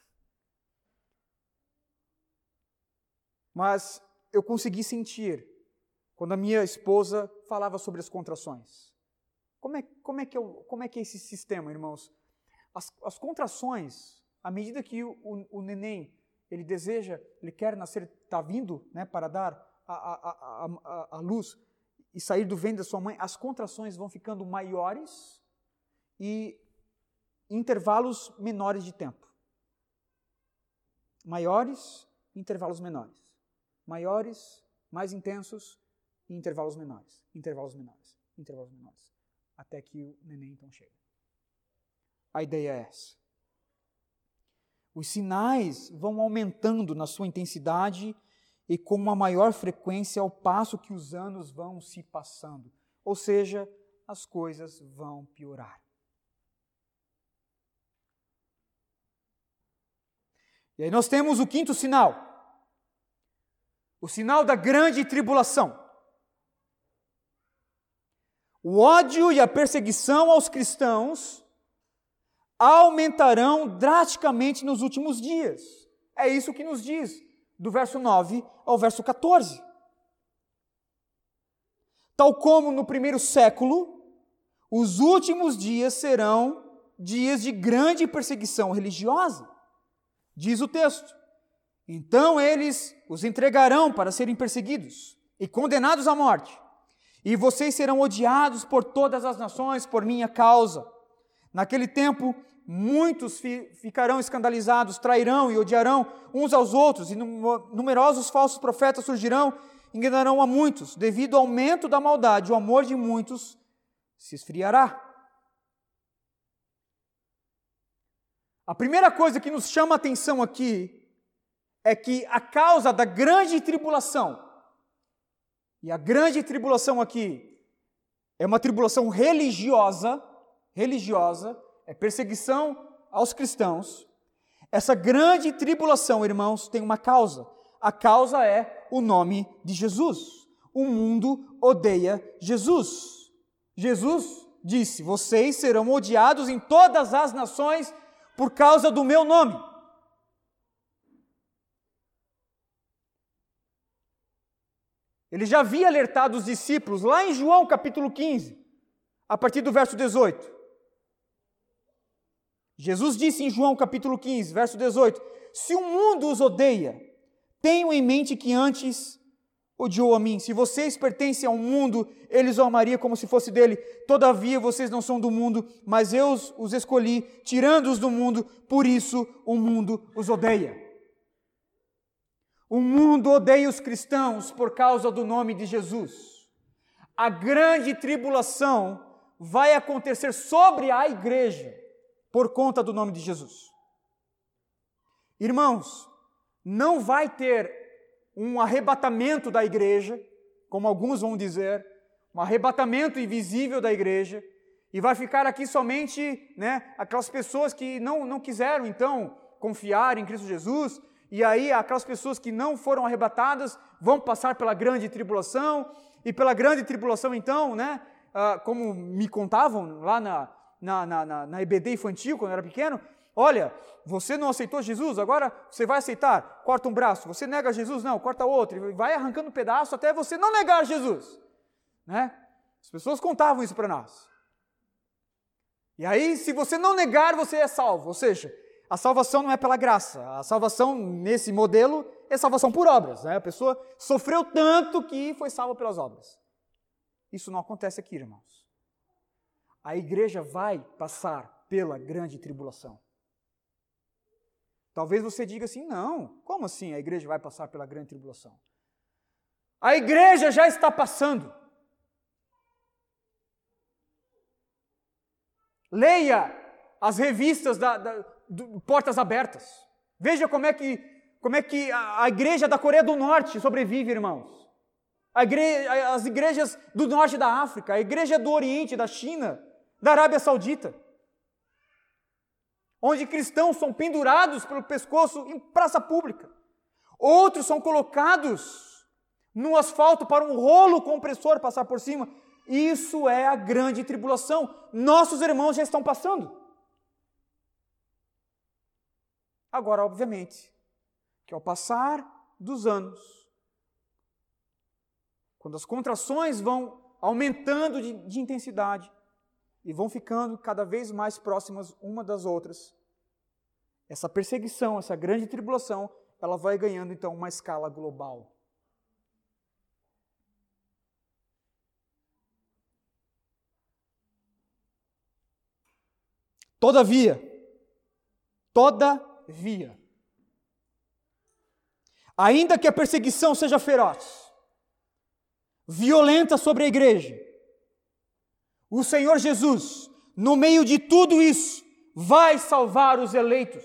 Mas eu consegui sentir quando a minha esposa falava sobre as contrações. Como é que é esse sistema, irmãos? As contrações, à medida que o neném, ele deseja, ele quer nascer, está vindo, né, para dar a luz e sair do ventre da sua mãe, as contrações vão ficando maiores e intervalos menores de tempo. Maiores, intervalos menores. Maiores, mais intensos, e intervalos menores. Intervalos menores. Intervalos menores. Até que o neném então chega. A ideia é essa. Os sinais vão aumentando na sua intensidade e com uma maior frequência ao passo que os anos vão se passando. Ou seja, as coisas vão piorar. E aí nós temos o 5º sinal. O sinal da grande tribulação. O ódio e a perseguição aos cristãos aumentarão drasticamente nos últimos dias. É isso que nos diz, do verso 9 ao verso 14. Tal como no primeiro século, os últimos dias serão dias de grande perseguição religiosa. Diz o texto: então eles os entregarão para serem perseguidos e condenados à morte, e vocês serão odiados por todas as nações por minha causa. Naquele tempo, muitos ficarão escandalizados, trairão e odiarão uns aos outros, e numerosos falsos profetas surgirão, enganarão a muitos. Devido ao aumento da maldade, o amor de muitos se esfriará. A primeira coisa que nos chama a atenção aqui é que a causa da grande tribulação, e a grande tribulação aqui é uma tribulação religiosa, é perseguição aos cristãos. Essa grande tribulação, irmãos, tem uma causa. A causa é o nome de Jesus. O mundo odeia Jesus. Jesus disse: vocês serão odiados em todas as nações por causa do meu nome. Ele já havia alertado os discípulos lá em João capítulo 15, a partir do verso 18. Jesus disse em João capítulo 15, verso 18: se o mundo os odeia, tenham em mente que antes odiou a mim. Se vocês pertencem ao mundo, ele os amaria como se fosse dele. Todavia, vocês não são do mundo, mas eu os escolhi, tirando-os do mundo, por isso o mundo os odeia. O mundo odeia os cristãos por causa do nome de Jesus. A grande tribulação vai acontecer sobre a igreja por conta do nome de Jesus. Irmãos, não vai ter um arrebatamento da igreja, como alguns vão dizer, um arrebatamento invisível da igreja, e vai ficar aqui somente, aquelas pessoas que não quiseram, então, confiar em Cristo Jesus, e aí aquelas pessoas que não foram arrebatadas vão passar pela grande tribulação, e pela grande tribulação, então, como me contavam lá na EBD infantil, quando eu era pequeno, olha, você não aceitou Jesus, agora você vai aceitar, corta um braço, você nega Jesus, não, corta outro, e vai arrancando um pedaço até você não negar Jesus. As pessoas contavam isso para nós. E aí, se você não negar, você é salvo, ou seja, a salvação não é pela graça, a salvação nesse modelo é salvação por obras. A pessoa sofreu tanto que foi salva pelas obras. Isso não acontece aqui, irmãos. A igreja vai passar pela grande tribulação. Talvez você diga assim, não, como assim a igreja vai passar pela grande tribulação? A igreja já está passando. Leia as revistas do Portas Abertas. Veja como é que a igreja da Coreia do Norte sobrevive, irmãos. As igrejas do norte da África, a igreja do Oriente, da China, da Arábia Saudita, onde cristãos são pendurados pelo pescoço em praça pública. Outros são colocados no asfalto para um rolo compressor passar por cima. Isso é a grande tribulação. Nossos irmãos já estão passando. Agora, obviamente, que ao passar dos anos, quando as contrações vão aumentando de intensidade, e vão ficando cada vez mais próximas uma das outras, essa perseguição, essa grande tribulação, ela vai ganhando então uma escala global. Todavia, ainda que a perseguição seja feroz, violenta sobre a igreja, o Senhor Jesus, no meio de tudo isso, vai salvar os eleitos.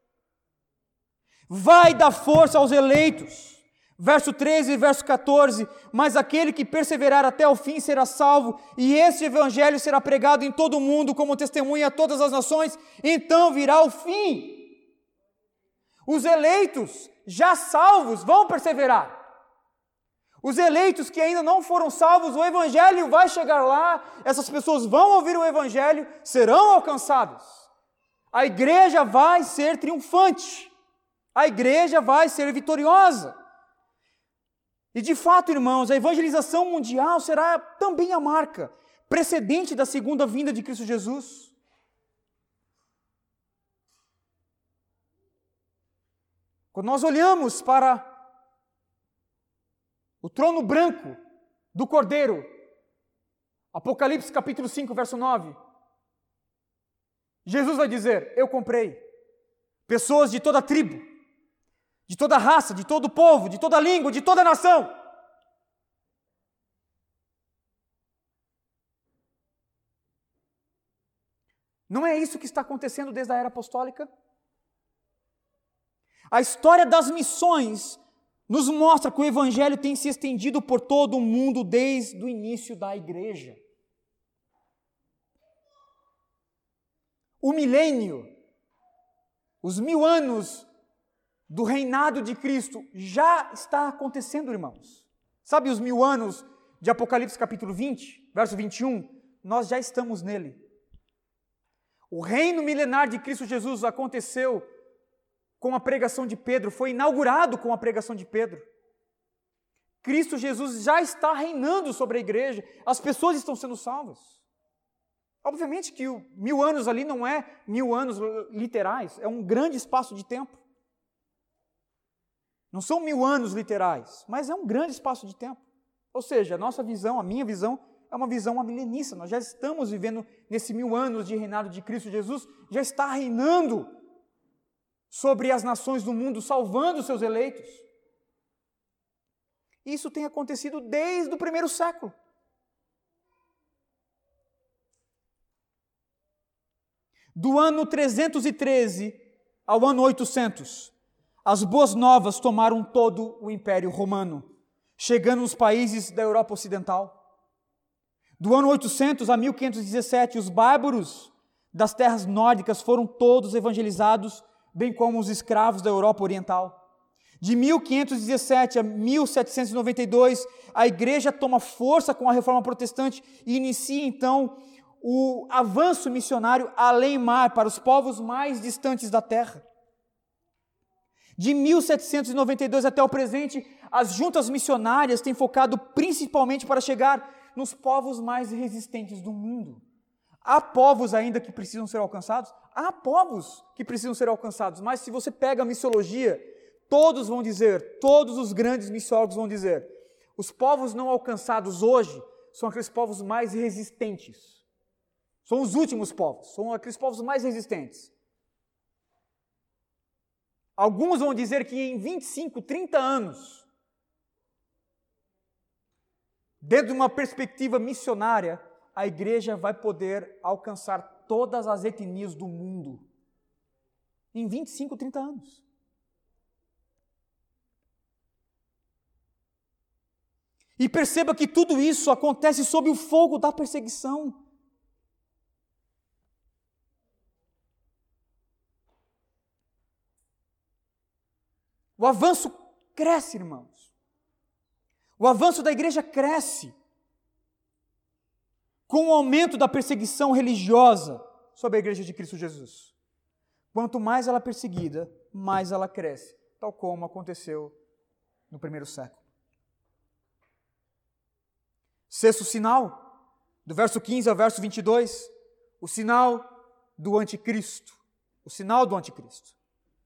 Vai dar força aos eleitos. Verso 13 e verso 14, mas aquele que perseverar até o fim será salvo, e este evangelho será pregado em todo o mundo como testemunha a todas as nações, então virá o fim. Os eleitos, já salvos, vão perseverar. Os eleitos que ainda não foram salvos, o evangelho vai chegar lá, essas pessoas vão ouvir o evangelho, serão alcançadas. A igreja vai ser triunfante. A igreja vai ser vitoriosa. E de fato, irmãos, a evangelização mundial será também a marca precedente da segunda vinda de Cristo Jesus. Quando nós olhamos para o trono branco do Cordeiro, Apocalipse capítulo 5, verso 9, Jesus vai dizer, eu comprei pessoas de toda tribo, de toda raça, de todo povo, de toda língua, de toda nação. Não é isso que está acontecendo desde a era apostólica? A história das missões nos mostra que o evangelho tem se estendido por todo o mundo desde o início da igreja. O milênio, os 1000 anos do reinado de Cristo já está acontecendo, irmãos. Sabe os 1000 anos de Apocalipse capítulo 20, verso 21? Nós já estamos nele. O reino milenar de Cristo Jesus aconteceu com a pregação de Pedro, foi inaugurado com a pregação de Pedro. Cristo Jesus já está reinando sobre a igreja, as pessoas estão sendo salvas. Obviamente que 1000 anos ali não é 1000 anos literais, é um grande espaço de tempo. Não são 1000 anos literais, mas é um grande espaço de tempo. Ou seja, a nossa visão, a minha visão, é uma visão milenista. Nós já estamos vivendo nesse 1000 anos de reinado de Cristo Jesus, já está reinando sobre as nações do mundo, salvando os seus eleitos. Isso tem acontecido desde o primeiro século. Do ano 313 ao ano 800, as boas novas tomaram todo o Império Romano, chegando nos países da Europa Ocidental. Do ano 800 a 1517, os bárbaros das terras nórdicas foram todos evangelizados, bem como os escravos da Europa Oriental. De 1517 a 1792, a igreja toma força com a reforma protestante e inicia então o avanço missionário além-mar para os povos mais distantes da terra. De 1792 até o presente, as juntas missionárias têm focado principalmente para chegar nos povos mais resistentes do mundo. Há povos ainda que precisam ser alcançados? Há povos que precisam ser alcançados, mas se você pega a missiologia, todos vão dizer, todos os grandes missiólogos vão dizer, os povos não alcançados hoje são aqueles povos mais resistentes. São os últimos povos, são aqueles povos mais resistentes. Alguns vão dizer que em 25, 30 anos, dentro de uma perspectiva missionária, a igreja vai poder alcançar todas as etnias do mundo. Em 25, 30 anos. E perceba que tudo isso acontece sob o fogo da perseguição. O avanço cresce, irmãos. O avanço da igreja cresce com o aumento da perseguição religiosa sobre a igreja de Cristo Jesus. Quanto mais ela é perseguida, mais ela cresce, tal como aconteceu no primeiro século. Sexto sinal, do verso 15 ao verso 22, o sinal do anticristo. O sinal do anticristo.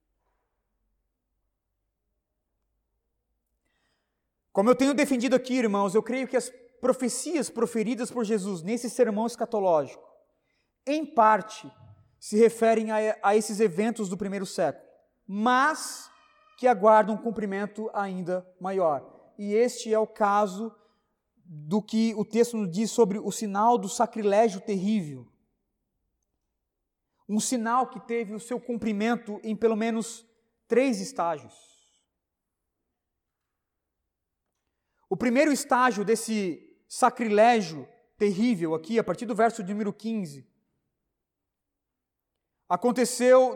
Como eu tenho defendido aqui, irmãos, eu creio que as profecias proferidas por Jesus nesse sermão escatológico, em parte, se referem a esses eventos do primeiro século, mas que aguardam um cumprimento ainda maior. E este é o caso do que o texto nos diz sobre o sinal do sacrilégio terrível. Um sinal que teve o seu cumprimento em pelo menos 3 estágios. O primeiro estágio desse sacrilégio terrível aqui, a partir do verso de número 15, aconteceu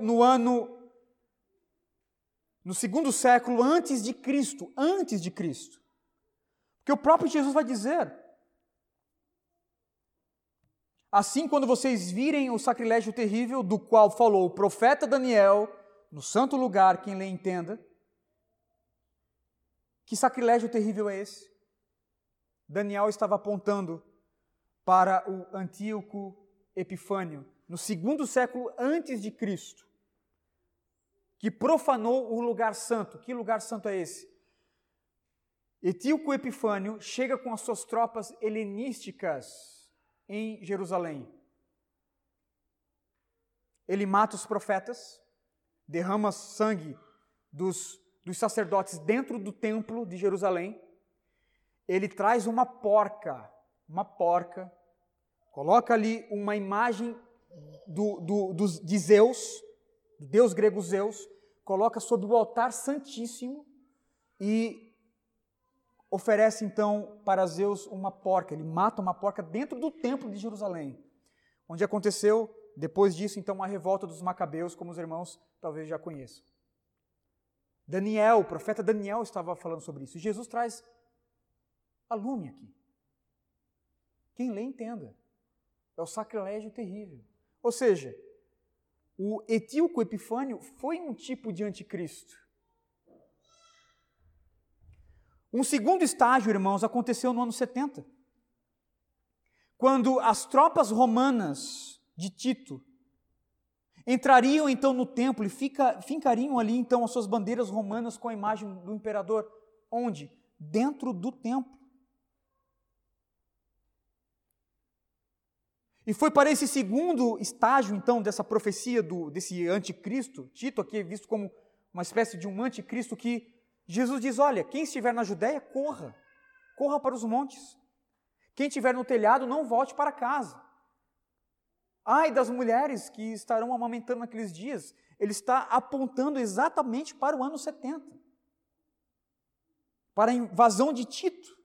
no segundo século antes de Cristo, Porque o próprio Jesus vai dizer, assim quando vocês virem o sacrilégio terrível do qual falou o profeta Daniel, no santo lugar, quem lê entenda, que sacrilégio terrível é esse? Daniel estava apontando para o Antíoco Epifânio, no segundo século antes de Cristo, que profanou o lugar santo. Que lugar santo é esse? Antíoco Epifânio chega com as suas tropas helenísticas em Jerusalém. Ele mata os profetas, derrama sangue dos sacerdotes dentro do templo de Jerusalém. Ele traz uma porca, coloca ali uma imagem de Zeus, do deus grego Zeus, coloca sobre o altar santíssimo e oferece então para Zeus uma porca. Ele mata uma porca dentro do templo de Jerusalém, onde aconteceu, depois disso, então, a revolta dos Macabeus, como os irmãos talvez já conheçam. Daniel, o profeta Daniel estava falando sobre isso. E Jesus traz a lume aqui. Quem lê, entenda. É o sacrilégio terrível. Ou seja, o Antíoco Epifânio foi um tipo de anticristo. Um segundo estágio, irmãos, aconteceu no ano 70, quando as tropas romanas de Tito entrariam então no templo e fincariam ali então as suas bandeiras romanas com a imagem do imperador. Onde? Dentro do templo. E foi para esse segundo estágio então dessa profecia desse anticristo, Tito aqui é visto como uma espécie de um anticristo, que Jesus diz: olha, quem estiver na Judéia, corra para os montes. Quem estiver no telhado, não volte para casa. Ai das mulheres que estarão amamentando naqueles dias. Ele está apontando exatamente para o ano 70, para a invasão de Tito.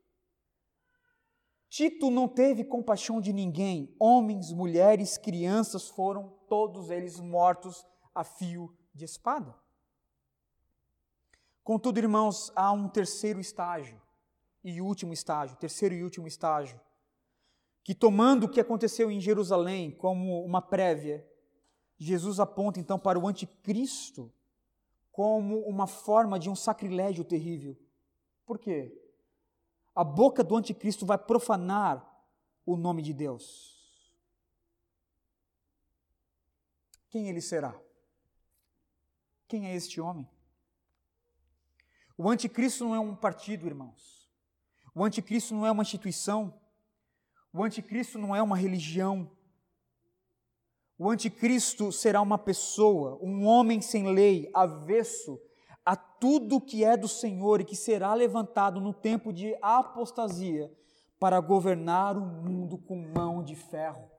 Tito não teve compaixão de ninguém. Homens, mulheres, crianças foram todos eles mortos a fio de espada. Contudo, irmãos, há um terceiro estágio e último estágio, terceiro e último estágio, que tomando o que aconteceu em Jerusalém como uma prévia, Jesus aponta então para o anticristo como uma forma de um sacrilégio terrível. Por quê? A boca do anticristo vai profanar o nome de Deus. Quem ele será? Quem é este homem? O anticristo não é um partido, irmãos. O anticristo não é uma instituição. O anticristo não é uma religião. O anticristo será uma pessoa, um homem sem lei, avesso a tudo que é do Senhor e que será levantado no tempo de apostasia para governar o mundo com mão de ferro.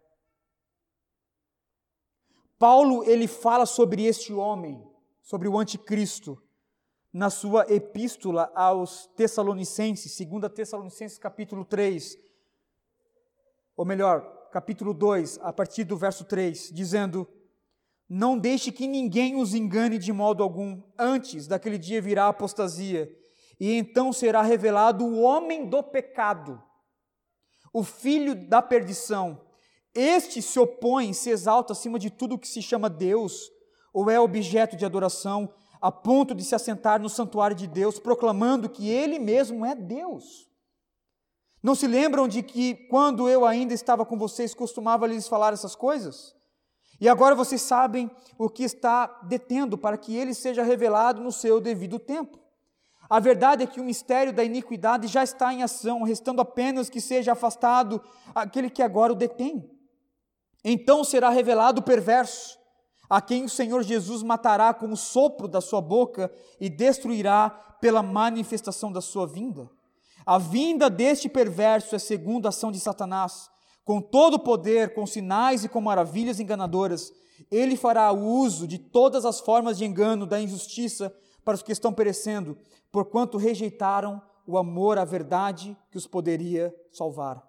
Paulo, ele fala sobre este homem, sobre o anticristo, na sua epístola aos Tessalonicenses, 2 Tessalonicenses capítulo 3, ou melhor, capítulo 2, a partir do verso 3, dizendo: não deixe que ninguém os engane de modo algum, antes daquele dia virá a apostasia, e então será revelado o homem do pecado, o filho da perdição. Este se opõe, se exalta acima de tudo que se chama Deus, ou é objeto de adoração, a ponto de se assentar no santuário de Deus, proclamando que Ele mesmo é Deus. Não se lembram de que, quando eu ainda estava com vocês, costumava lhes falar essas coisas? E agora vocês sabem o que está detendo para que ele seja revelado no seu devido tempo. A verdade é que o mistério da iniquidade já está em ação, restando apenas que seja afastado aquele que agora o detém. Então será revelado o perverso, a quem o Senhor Jesus matará com o sopro da sua boca e destruirá pela manifestação da sua vinda. A vinda deste perverso é segundo a ação de Satanás, com todo o poder, com sinais e com maravilhas enganadoras. Ele fará uso de todas as formas de engano, da injustiça para os que estão perecendo, porquanto rejeitaram o amor à verdade que os poderia salvar.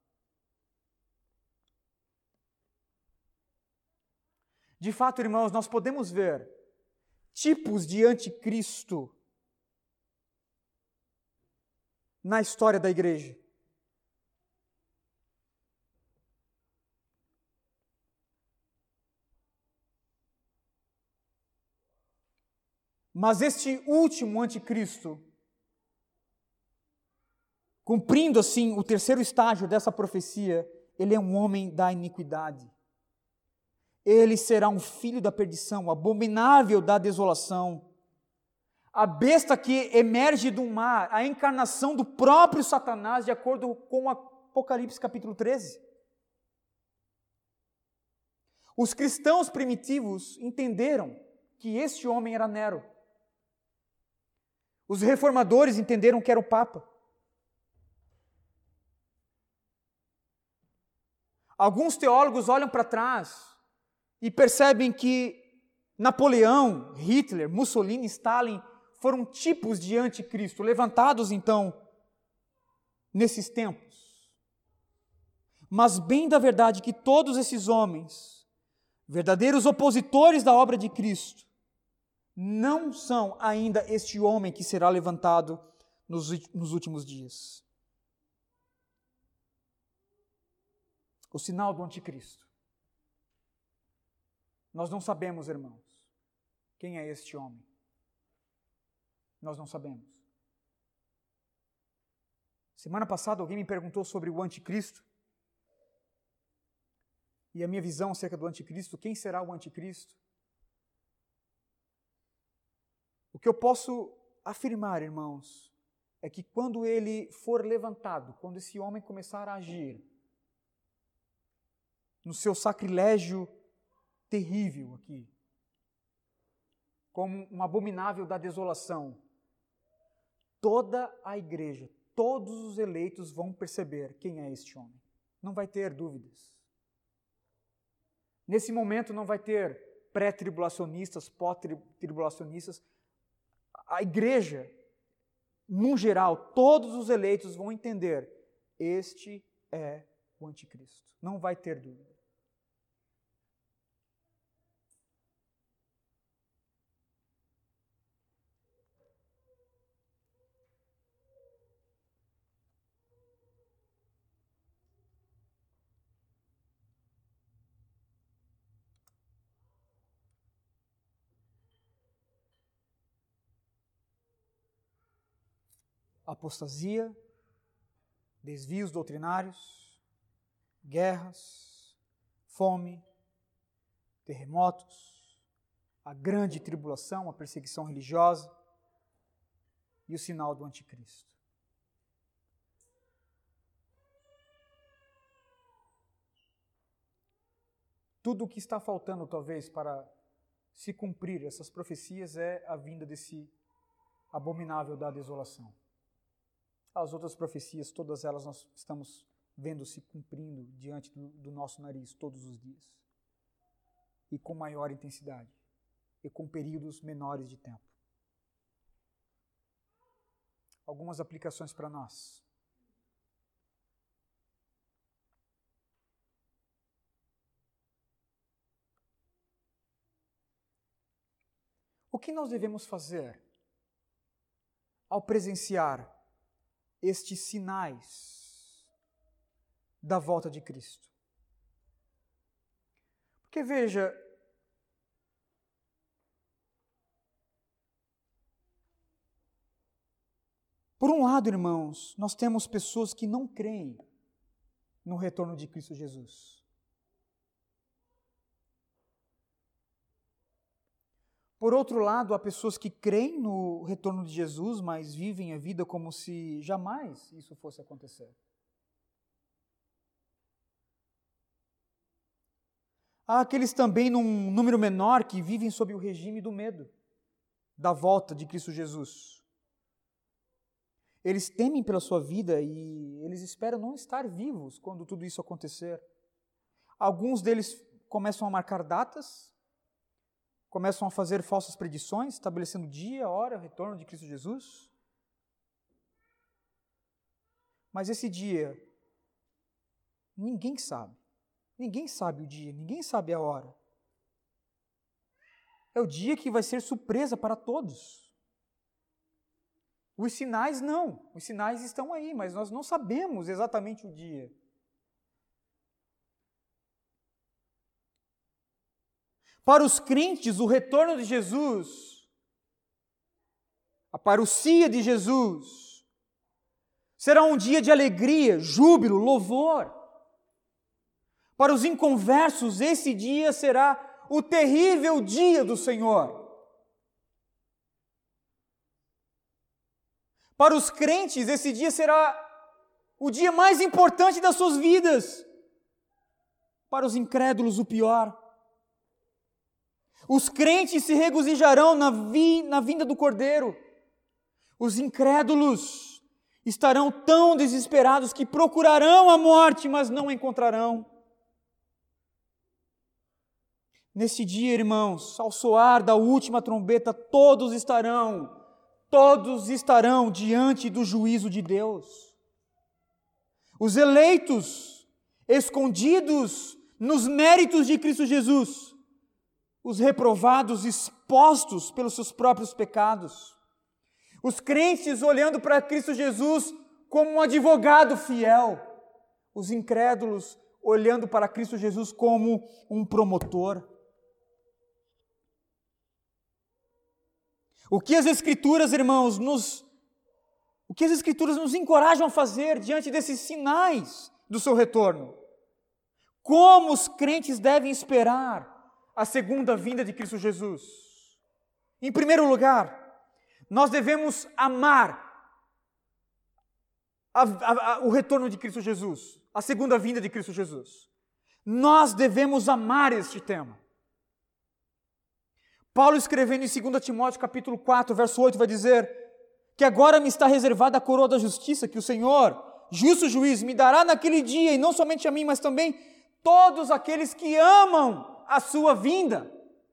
De fato, irmãos, nós podemos ver tipos de anticristo na história da igreja. Mas este último anticristo, cumprindo assim o terceiro estágio dessa profecia, ele é um homem da iniquidade. Ele será um filho da perdição, abominável da desolação, a besta que emerge do mar, a encarnação do próprio Satanás, de acordo com Apocalipse capítulo 13. Os cristãos primitivos entenderam que este homem era Nero. Os reformadores entenderam que era o Papa. Alguns teólogos olham para trás e percebem que Napoleão, Hitler, Mussolini, Stalin foram tipos de anticristo, levantados então nesses tempos. Mas bem da verdade que todos esses homens, verdadeiros opositores da obra de Cristo, não são ainda este homem que será levantado nos últimos dias. O sinal do anticristo. Nós não sabemos, irmãos, quem é este homem. Nós não sabemos. Semana passada alguém me perguntou sobre o anticristo. E a minha visão acerca do anticristo, quem será o anticristo? O que eu posso afirmar, irmãos, é que quando ele for levantado, quando esse homem começar a agir no seu sacrilégio terrível aqui, como um abominável da desolação, toda a igreja, todos os eleitos vão perceber quem é este homem. Não vai ter dúvidas. Nesse momento não vai ter pré-tribulacionistas, pós-tribulacionistas. A igreja, no geral, todos os eleitos vão entender: este é o anticristo. Não vai ter dúvida. Apostasia, desvios doutrinários, guerras, fome, terremotos, a grande tribulação, a perseguição religiosa e o sinal do anticristo. Tudo o que está faltando, talvez, para se cumprir essas profecias é a vinda desse abominável da desolação. As outras profecias, todas elas nós estamos vendo se cumprindo diante do nosso nariz todos os dias. E com maior intensidade. E com períodos menores de tempo. Algumas aplicações para nós. O que nós devemos fazer ao presenciar estes sinais da volta de Cristo? Porque veja, por um lado, irmãos, nós temos pessoas que não creem no retorno de Cristo Jesus. Por outro lado, há pessoas que creem no retorno de Jesus, mas vivem a vida como se jamais isso fosse acontecer. Há aqueles também, num número menor, que vivem sob o regime do medo da volta de Cristo Jesus. Eles temem pela sua vida e eles esperam não estar vivos quando tudo isso acontecer. Alguns deles começam a marcar datas, começam a fazer falsas predições, estabelecendo dia, hora, retorno de Cristo Jesus. Mas esse dia, ninguém sabe. Ninguém sabe o dia, ninguém sabe a hora. É o dia que vai ser surpresa para todos. Os sinais não. Os sinais estão aí, mas nós não sabemos exatamente o dia. Para os crentes, o retorno de Jesus, a parousia de Jesus, será um dia de alegria, júbilo, louvor. Para os inconversos, esse dia será o terrível dia do Senhor. Para os crentes, esse dia será o dia mais importante das suas vidas. Para os incrédulos, o pior. Os crentes se regozijarão na vinda do Cordeiro. Os incrédulos estarão tão desesperados que procurarão a morte, mas não a encontrarão. Nesse dia, irmãos, ao soar da última trombeta, todos estarão diante do juízo de Deus. Os eleitos, escondidos nos méritos de Cristo Jesus, os reprovados, expostos pelos seus próprios pecados, os crentes olhando para Cristo Jesus como um advogado fiel, os incrédulos olhando para Cristo Jesus como um promotor. O que as Escrituras, irmãos, nos O que as Escrituras nos encorajam a fazer diante desses sinais do seu retorno? Como os crentes devem esperar a segunda vinda de Cristo Jesus? Em primeiro lugar, nós devemos amar o retorno de Cristo Jesus, a segunda vinda de Cristo Jesus. Nós devemos amar este tema. Paulo, escrevendo em 2 Timóteo capítulo 4, verso 8, vai dizer que agora me está reservada a coroa da justiça, que o Senhor, justo juiz, me dará naquele dia, e não somente a mim, mas também todos aqueles que amam a sua vinda.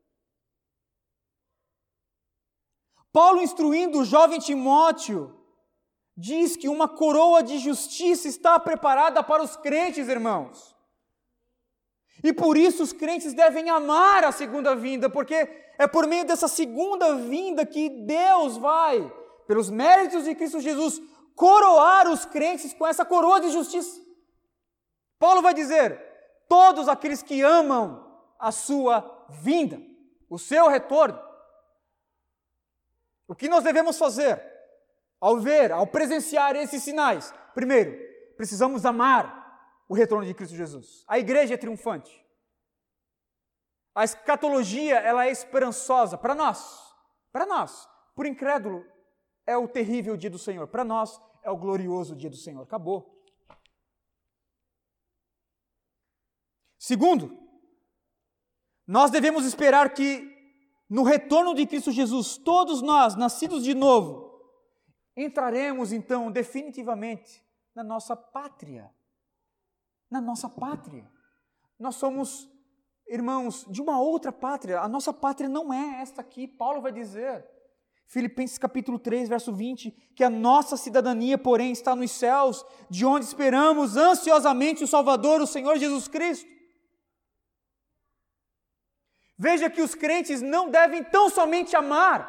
Paulo, instruindo o jovem Timóteo, diz que uma coroa de justiça está preparada para os crentes, irmãos. E por isso os crentes devem amar a segunda vinda, porque é por meio dessa segunda vinda que Deus vai, pelos méritos de Cristo Jesus, coroar os crentes com essa coroa de justiça. Paulo vai dizer: todos aqueles que amam a sua vinda, o seu retorno. O que nós devemos fazer ao presenciar esses sinais? Primeiro, precisamos amar o retorno de Cristo Jesus. A igreja é triunfante. A escatologia, ela é esperançosa para nós. Para nós. Por incrédulo, é o terrível dia do Senhor. Para nós, é o glorioso dia do Senhor. Acabou. Segundo, nós devemos esperar que no retorno de Cristo Jesus, todos nós, nascidos de novo, entraremos então definitivamente na nossa pátria. Na nossa pátria. Nós somos, irmãos, de uma outra pátria. A nossa pátria não é esta aqui. Paulo vai dizer, Filipenses capítulo 3, verso 20, que a nossa cidadania, porém, está nos céus, de onde esperamos ansiosamente o Salvador, o Senhor Jesus Cristo. Veja que os crentes não devem tão somente amar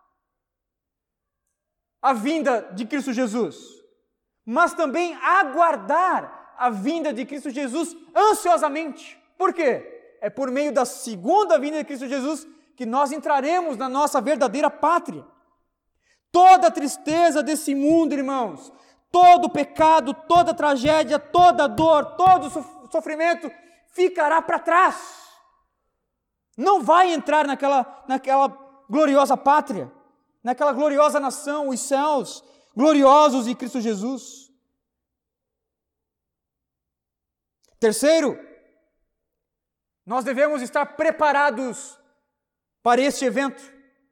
a vinda de Cristo Jesus, mas também aguardar a vinda de Cristo Jesus ansiosamente. Por quê? É por meio da segunda vinda de Cristo Jesus que nós entraremos na nossa verdadeira pátria. Toda a tristeza desse mundo, irmãos, todo o pecado, toda a tragédia, toda a dor, todo o sofrimento ficará para trás. Não vai entrar naquela gloriosa pátria, naquela gloriosa nação, os céus gloriosos de Cristo Jesus. Terceiro, nós devemos estar preparados para este evento.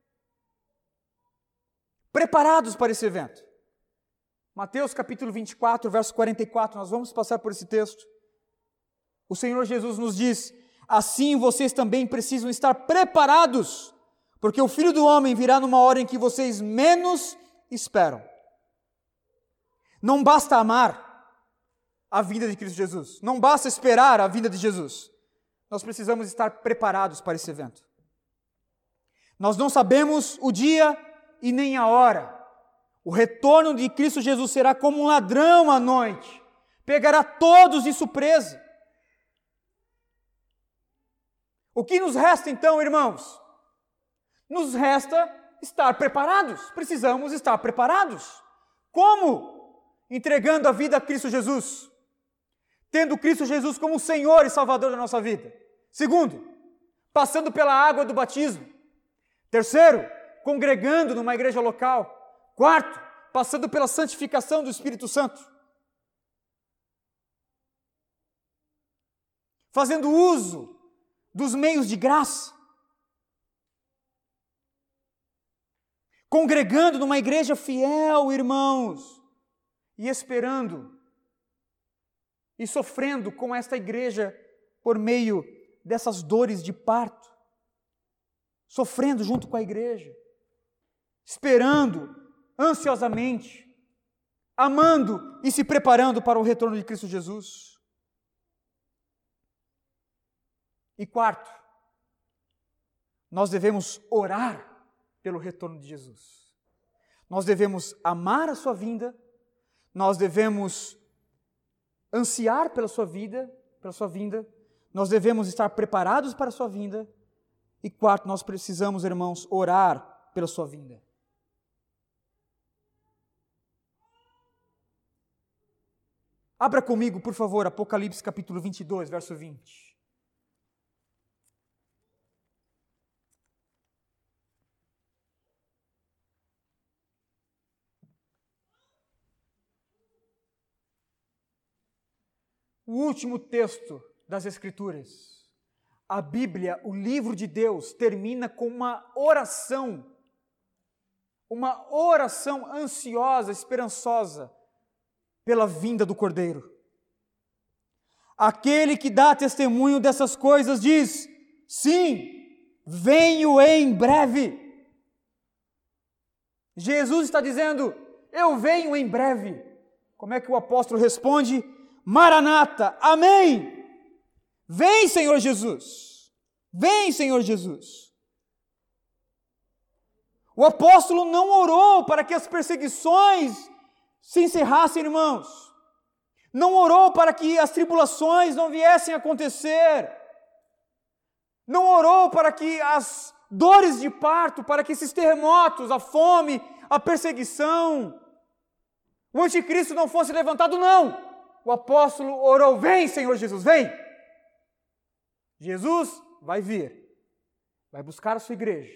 Preparados para esse evento. Mateus capítulo 24, verso 44, nós vamos passar por esse texto. O Senhor Jesus nos diz: assim vocês também precisam estar preparados, porque o Filho do Homem virá numa hora em que vocês menos esperam. Não basta amar a vinda de Cristo Jesus, não basta esperar a vinda de Jesus. Nós precisamos estar preparados para esse evento. Nós não sabemos o dia e nem a hora. O retorno de Cristo Jesus será como um ladrão à noite, pegará todos de surpresa. O que nos resta então, irmãos? Nos resta estar preparados. Precisamos estar preparados. Como? Entregando a vida a Cristo Jesus. Tendo Cristo Jesus como Senhor e Salvador da nossa vida. Segundo, passando pela água do batismo. Terceiro, congregando numa igreja local. Quarto, passando pela santificação do Espírito Santo. Fazendo uso dos meios de graça, congregando numa igreja fiel, irmãos, e esperando e sofrendo com esta igreja por meio dessas dores de parto, sofrendo junto com a igreja, esperando ansiosamente, amando e se preparando para o retorno de Cristo Jesus. E quarto, nós devemos orar pelo retorno de Jesus. Nós devemos amar a sua vinda, nós devemos ansiar pela sua vinda, nós devemos estar preparados para a sua vinda. E quarto, nós precisamos, irmãos, orar pela sua vinda. Abra comigo, por favor, Apocalipse capítulo 22, verso 20. O último texto das Escrituras. A Bíblia, o livro de Deus, termina com uma oração ansiosa, esperançosa, pela vinda do Cordeiro. Aquele que dá testemunho dessas coisas diz: sim, venho em breve. Jesus está dizendo: eu venho em breve. Como é que o apóstolo responde? Maranata, amém. Vem, Senhor Jesus. Vem, Senhor Jesus. O apóstolo não orou para que as perseguições se encerrassem, irmãos. Não orou para que as tribulações não viessem a acontecer. Não orou para que as dores de parto, para que esses terremotos, a fome, a perseguição, o anticristo não fosse levantado, não. O apóstolo orou: vem, Senhor Jesus, vem. Jesus vai vir, vai buscar a sua igreja,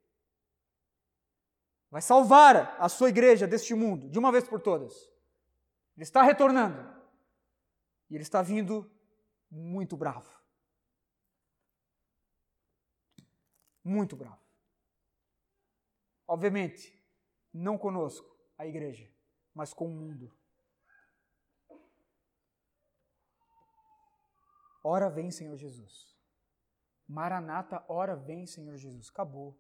vai salvar a sua igreja deste mundo, de uma vez por todas. Ele está retornando, e ele está vindo muito bravo. Muito bravo. Obviamente, não conosco, a igreja, mas com o mundo. Ora vem, Senhor Jesus. Maranata, ora vem, Senhor Jesus. Acabou.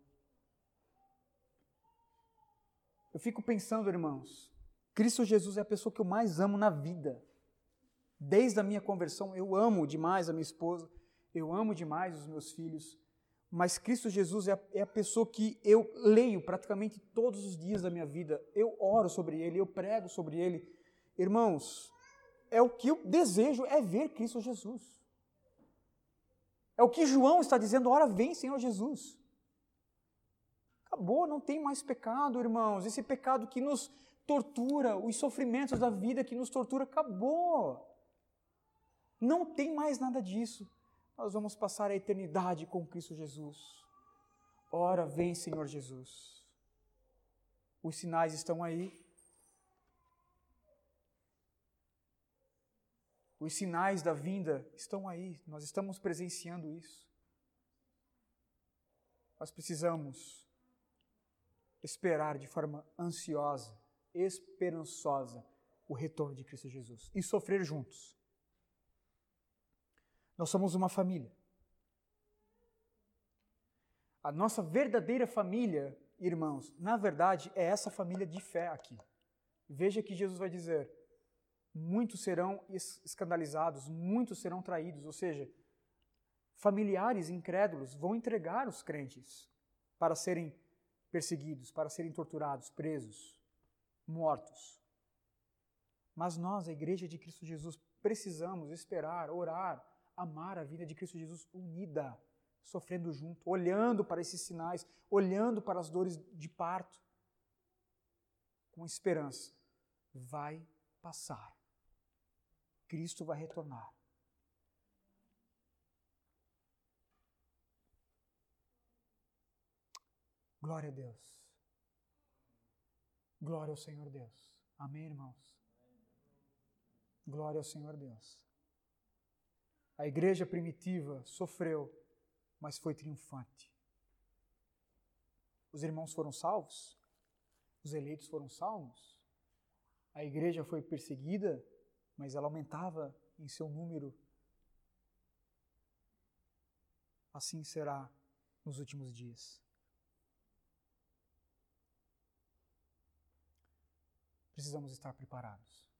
Eu fico pensando, irmãos, Cristo Jesus é a pessoa que eu mais amo na vida. Desde a minha conversão, eu amo demais a minha esposa, eu amo demais os meus filhos, mas Cristo Jesus é a pessoa que eu leio praticamente todos os dias da minha vida. Eu oro sobre Ele, eu prego sobre Ele. Irmãos, é o que eu desejo, é ver Cristo Jesus. É o que João está dizendo: ora vem, Senhor Jesus. Acabou, não tem mais pecado, irmãos. Esse pecado que nos tortura, os sofrimentos da vida que nos tortura, acabou. Não tem mais nada disso. Nós vamos passar a eternidade com Cristo Jesus. Ora vem, Senhor Jesus. Os sinais estão aí. Os sinais da vinda estão aí, nós estamos presenciando isso. Nós precisamos esperar de forma ansiosa, esperançosa, o retorno de Cristo Jesus e sofrer juntos. Nós somos uma família. A nossa verdadeira família, irmãos, na verdade é essa família de fé aqui. Veja que Jesus vai dizer: muitos serão escandalizados, muitos serão traídos, ou seja, familiares incrédulos vão entregar os crentes para serem perseguidos, para serem torturados, presos, mortos. Mas nós, a Igreja de Cristo Jesus, precisamos esperar, orar, amar a vida de Cristo Jesus unida, sofrendo junto, olhando para esses sinais, olhando para as dores de parto, com esperança. Vai passar. Cristo vai retornar. Glória a Deus. Glória ao Senhor Deus. Amém, irmãos? Glória ao Senhor Deus. A igreja primitiva sofreu, mas foi triunfante. Os irmãos foram salvos? Os eleitos foram salvos? A igreja foi perseguida, mas ela aumentava em seu número. Assim será nos últimos dias. Precisamos estar preparados.